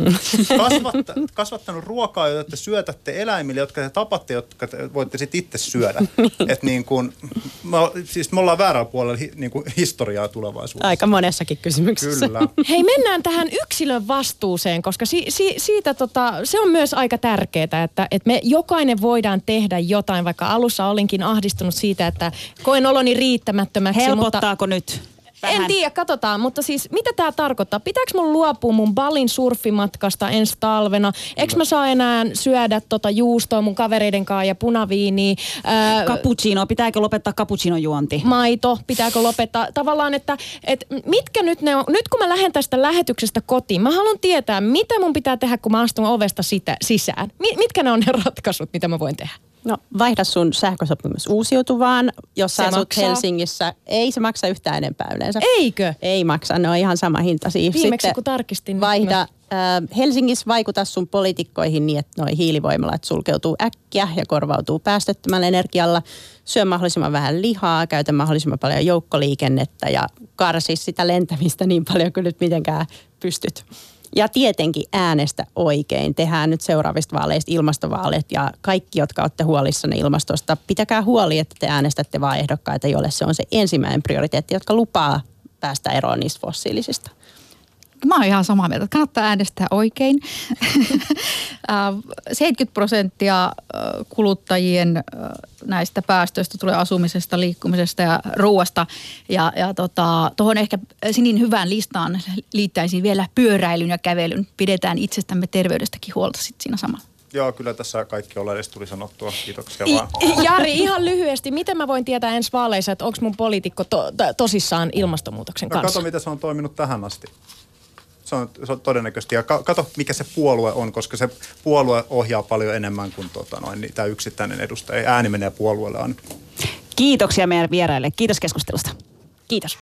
Kasvattanut ruokaa, jota te syötätte eläimille, jotka te tapatte, jotka te voitte sitten itse syödä. Että niin kuin, me ollaan väärällä puolella niin kuin historiaa tulevaisuudessa. Aika monessakin kysymyksessä. Kyllä. Hei, mennään tähän yksilön vastuuseen, koska siitä se on myös aika tärkeää, että me jokainen voidaan tehdä jotain, vaikka alussa olinkin ahdistunut siitä, että koen oloni riittämättömäksi. Helpottaako nyt? Vähän. En tiedä, katsotaan, mutta siis mitä tämä tarkoittaa? Pitääkö mun luopua mun Balin surfimatkasta ensi talvena? Eikö mä saa enää syödä juustoa mun kavereiden kanssa ja punaviiniä? Cappuccino, pitääkö lopettaa cappuccinon juonti? Maito, pitääkö lopettaa? Tavallaan, että mitkä nyt ne on? Nyt kun mä lähden tästä lähetyksestä kotiin, mä haluan tietää, mitä mun pitää tehdä, kun mä astun ovesta sisään. Mitkä ne on ne ratkaisut, mitä mä voin tehdä? No, vaihda sun sähkösopimus uusiutuvaan, jos sä asut maksaa. Helsingissä. Ei se maksa yhtään enempää yleensä. Eikö? Ei maksa, ne on ihan sama hinta. Viimeksi kun tarkistin. Vaihda Helsingissä, vaikuta sun poliitikkoihin niin, että noi hiilivoimalat sulkeutuu äkkiä ja korvautuu päästöttömällä energialla. Syö mahdollisimman vähän lihaa, käytä mahdollisimman paljon joukkoliikennettä ja karsi sitä lentämistä niin paljon kuin nyt mitenkään pystyt. Ja tietenkin äänestä oikein. Tehdään nyt seuraavista vaaleista ilmastovaaleet ja kaikki, jotka olette huolissanne ilmastosta, pitäkää huoli, että te äänestätte vaan ehdokkaita, joille se on se ensimmäinen prioriteetti, jotka lupaa päästä eroon niistä fossiilisista. Mä oon ihan samaa mieltä, että kannattaa äänestää oikein. 70% kuluttajien näistä päästöistä tulee asumisesta, liikkumisesta ja ruuasta. Ja tuohon ehkä Sinin hyvään listaan liittäisiin vielä pyöräilyn ja kävelyn. Pidetään itsestämme terveydestäkin huolta sitten siinä samalla. Joo, kyllä tässä kaikki oleellisesti tuli sanottua. Kiitoksia vaan. Jari, ihan lyhyesti, miten mä voin tietää ensi vaaleissa, että onko mun poliitikko tosissaan ilmastonmuutoksen kanssa? Kato, miten se on toiminut tähän asti. Se on todennäköisesti. Ja kato, mikä se puolue on, koska se puolue ohjaa paljon enemmän kuin tämä yksittäinen edustaja. Ääni menee puolueelle aina. Kiitoksia meidän vieraille. Kiitos keskustelusta. Kiitos.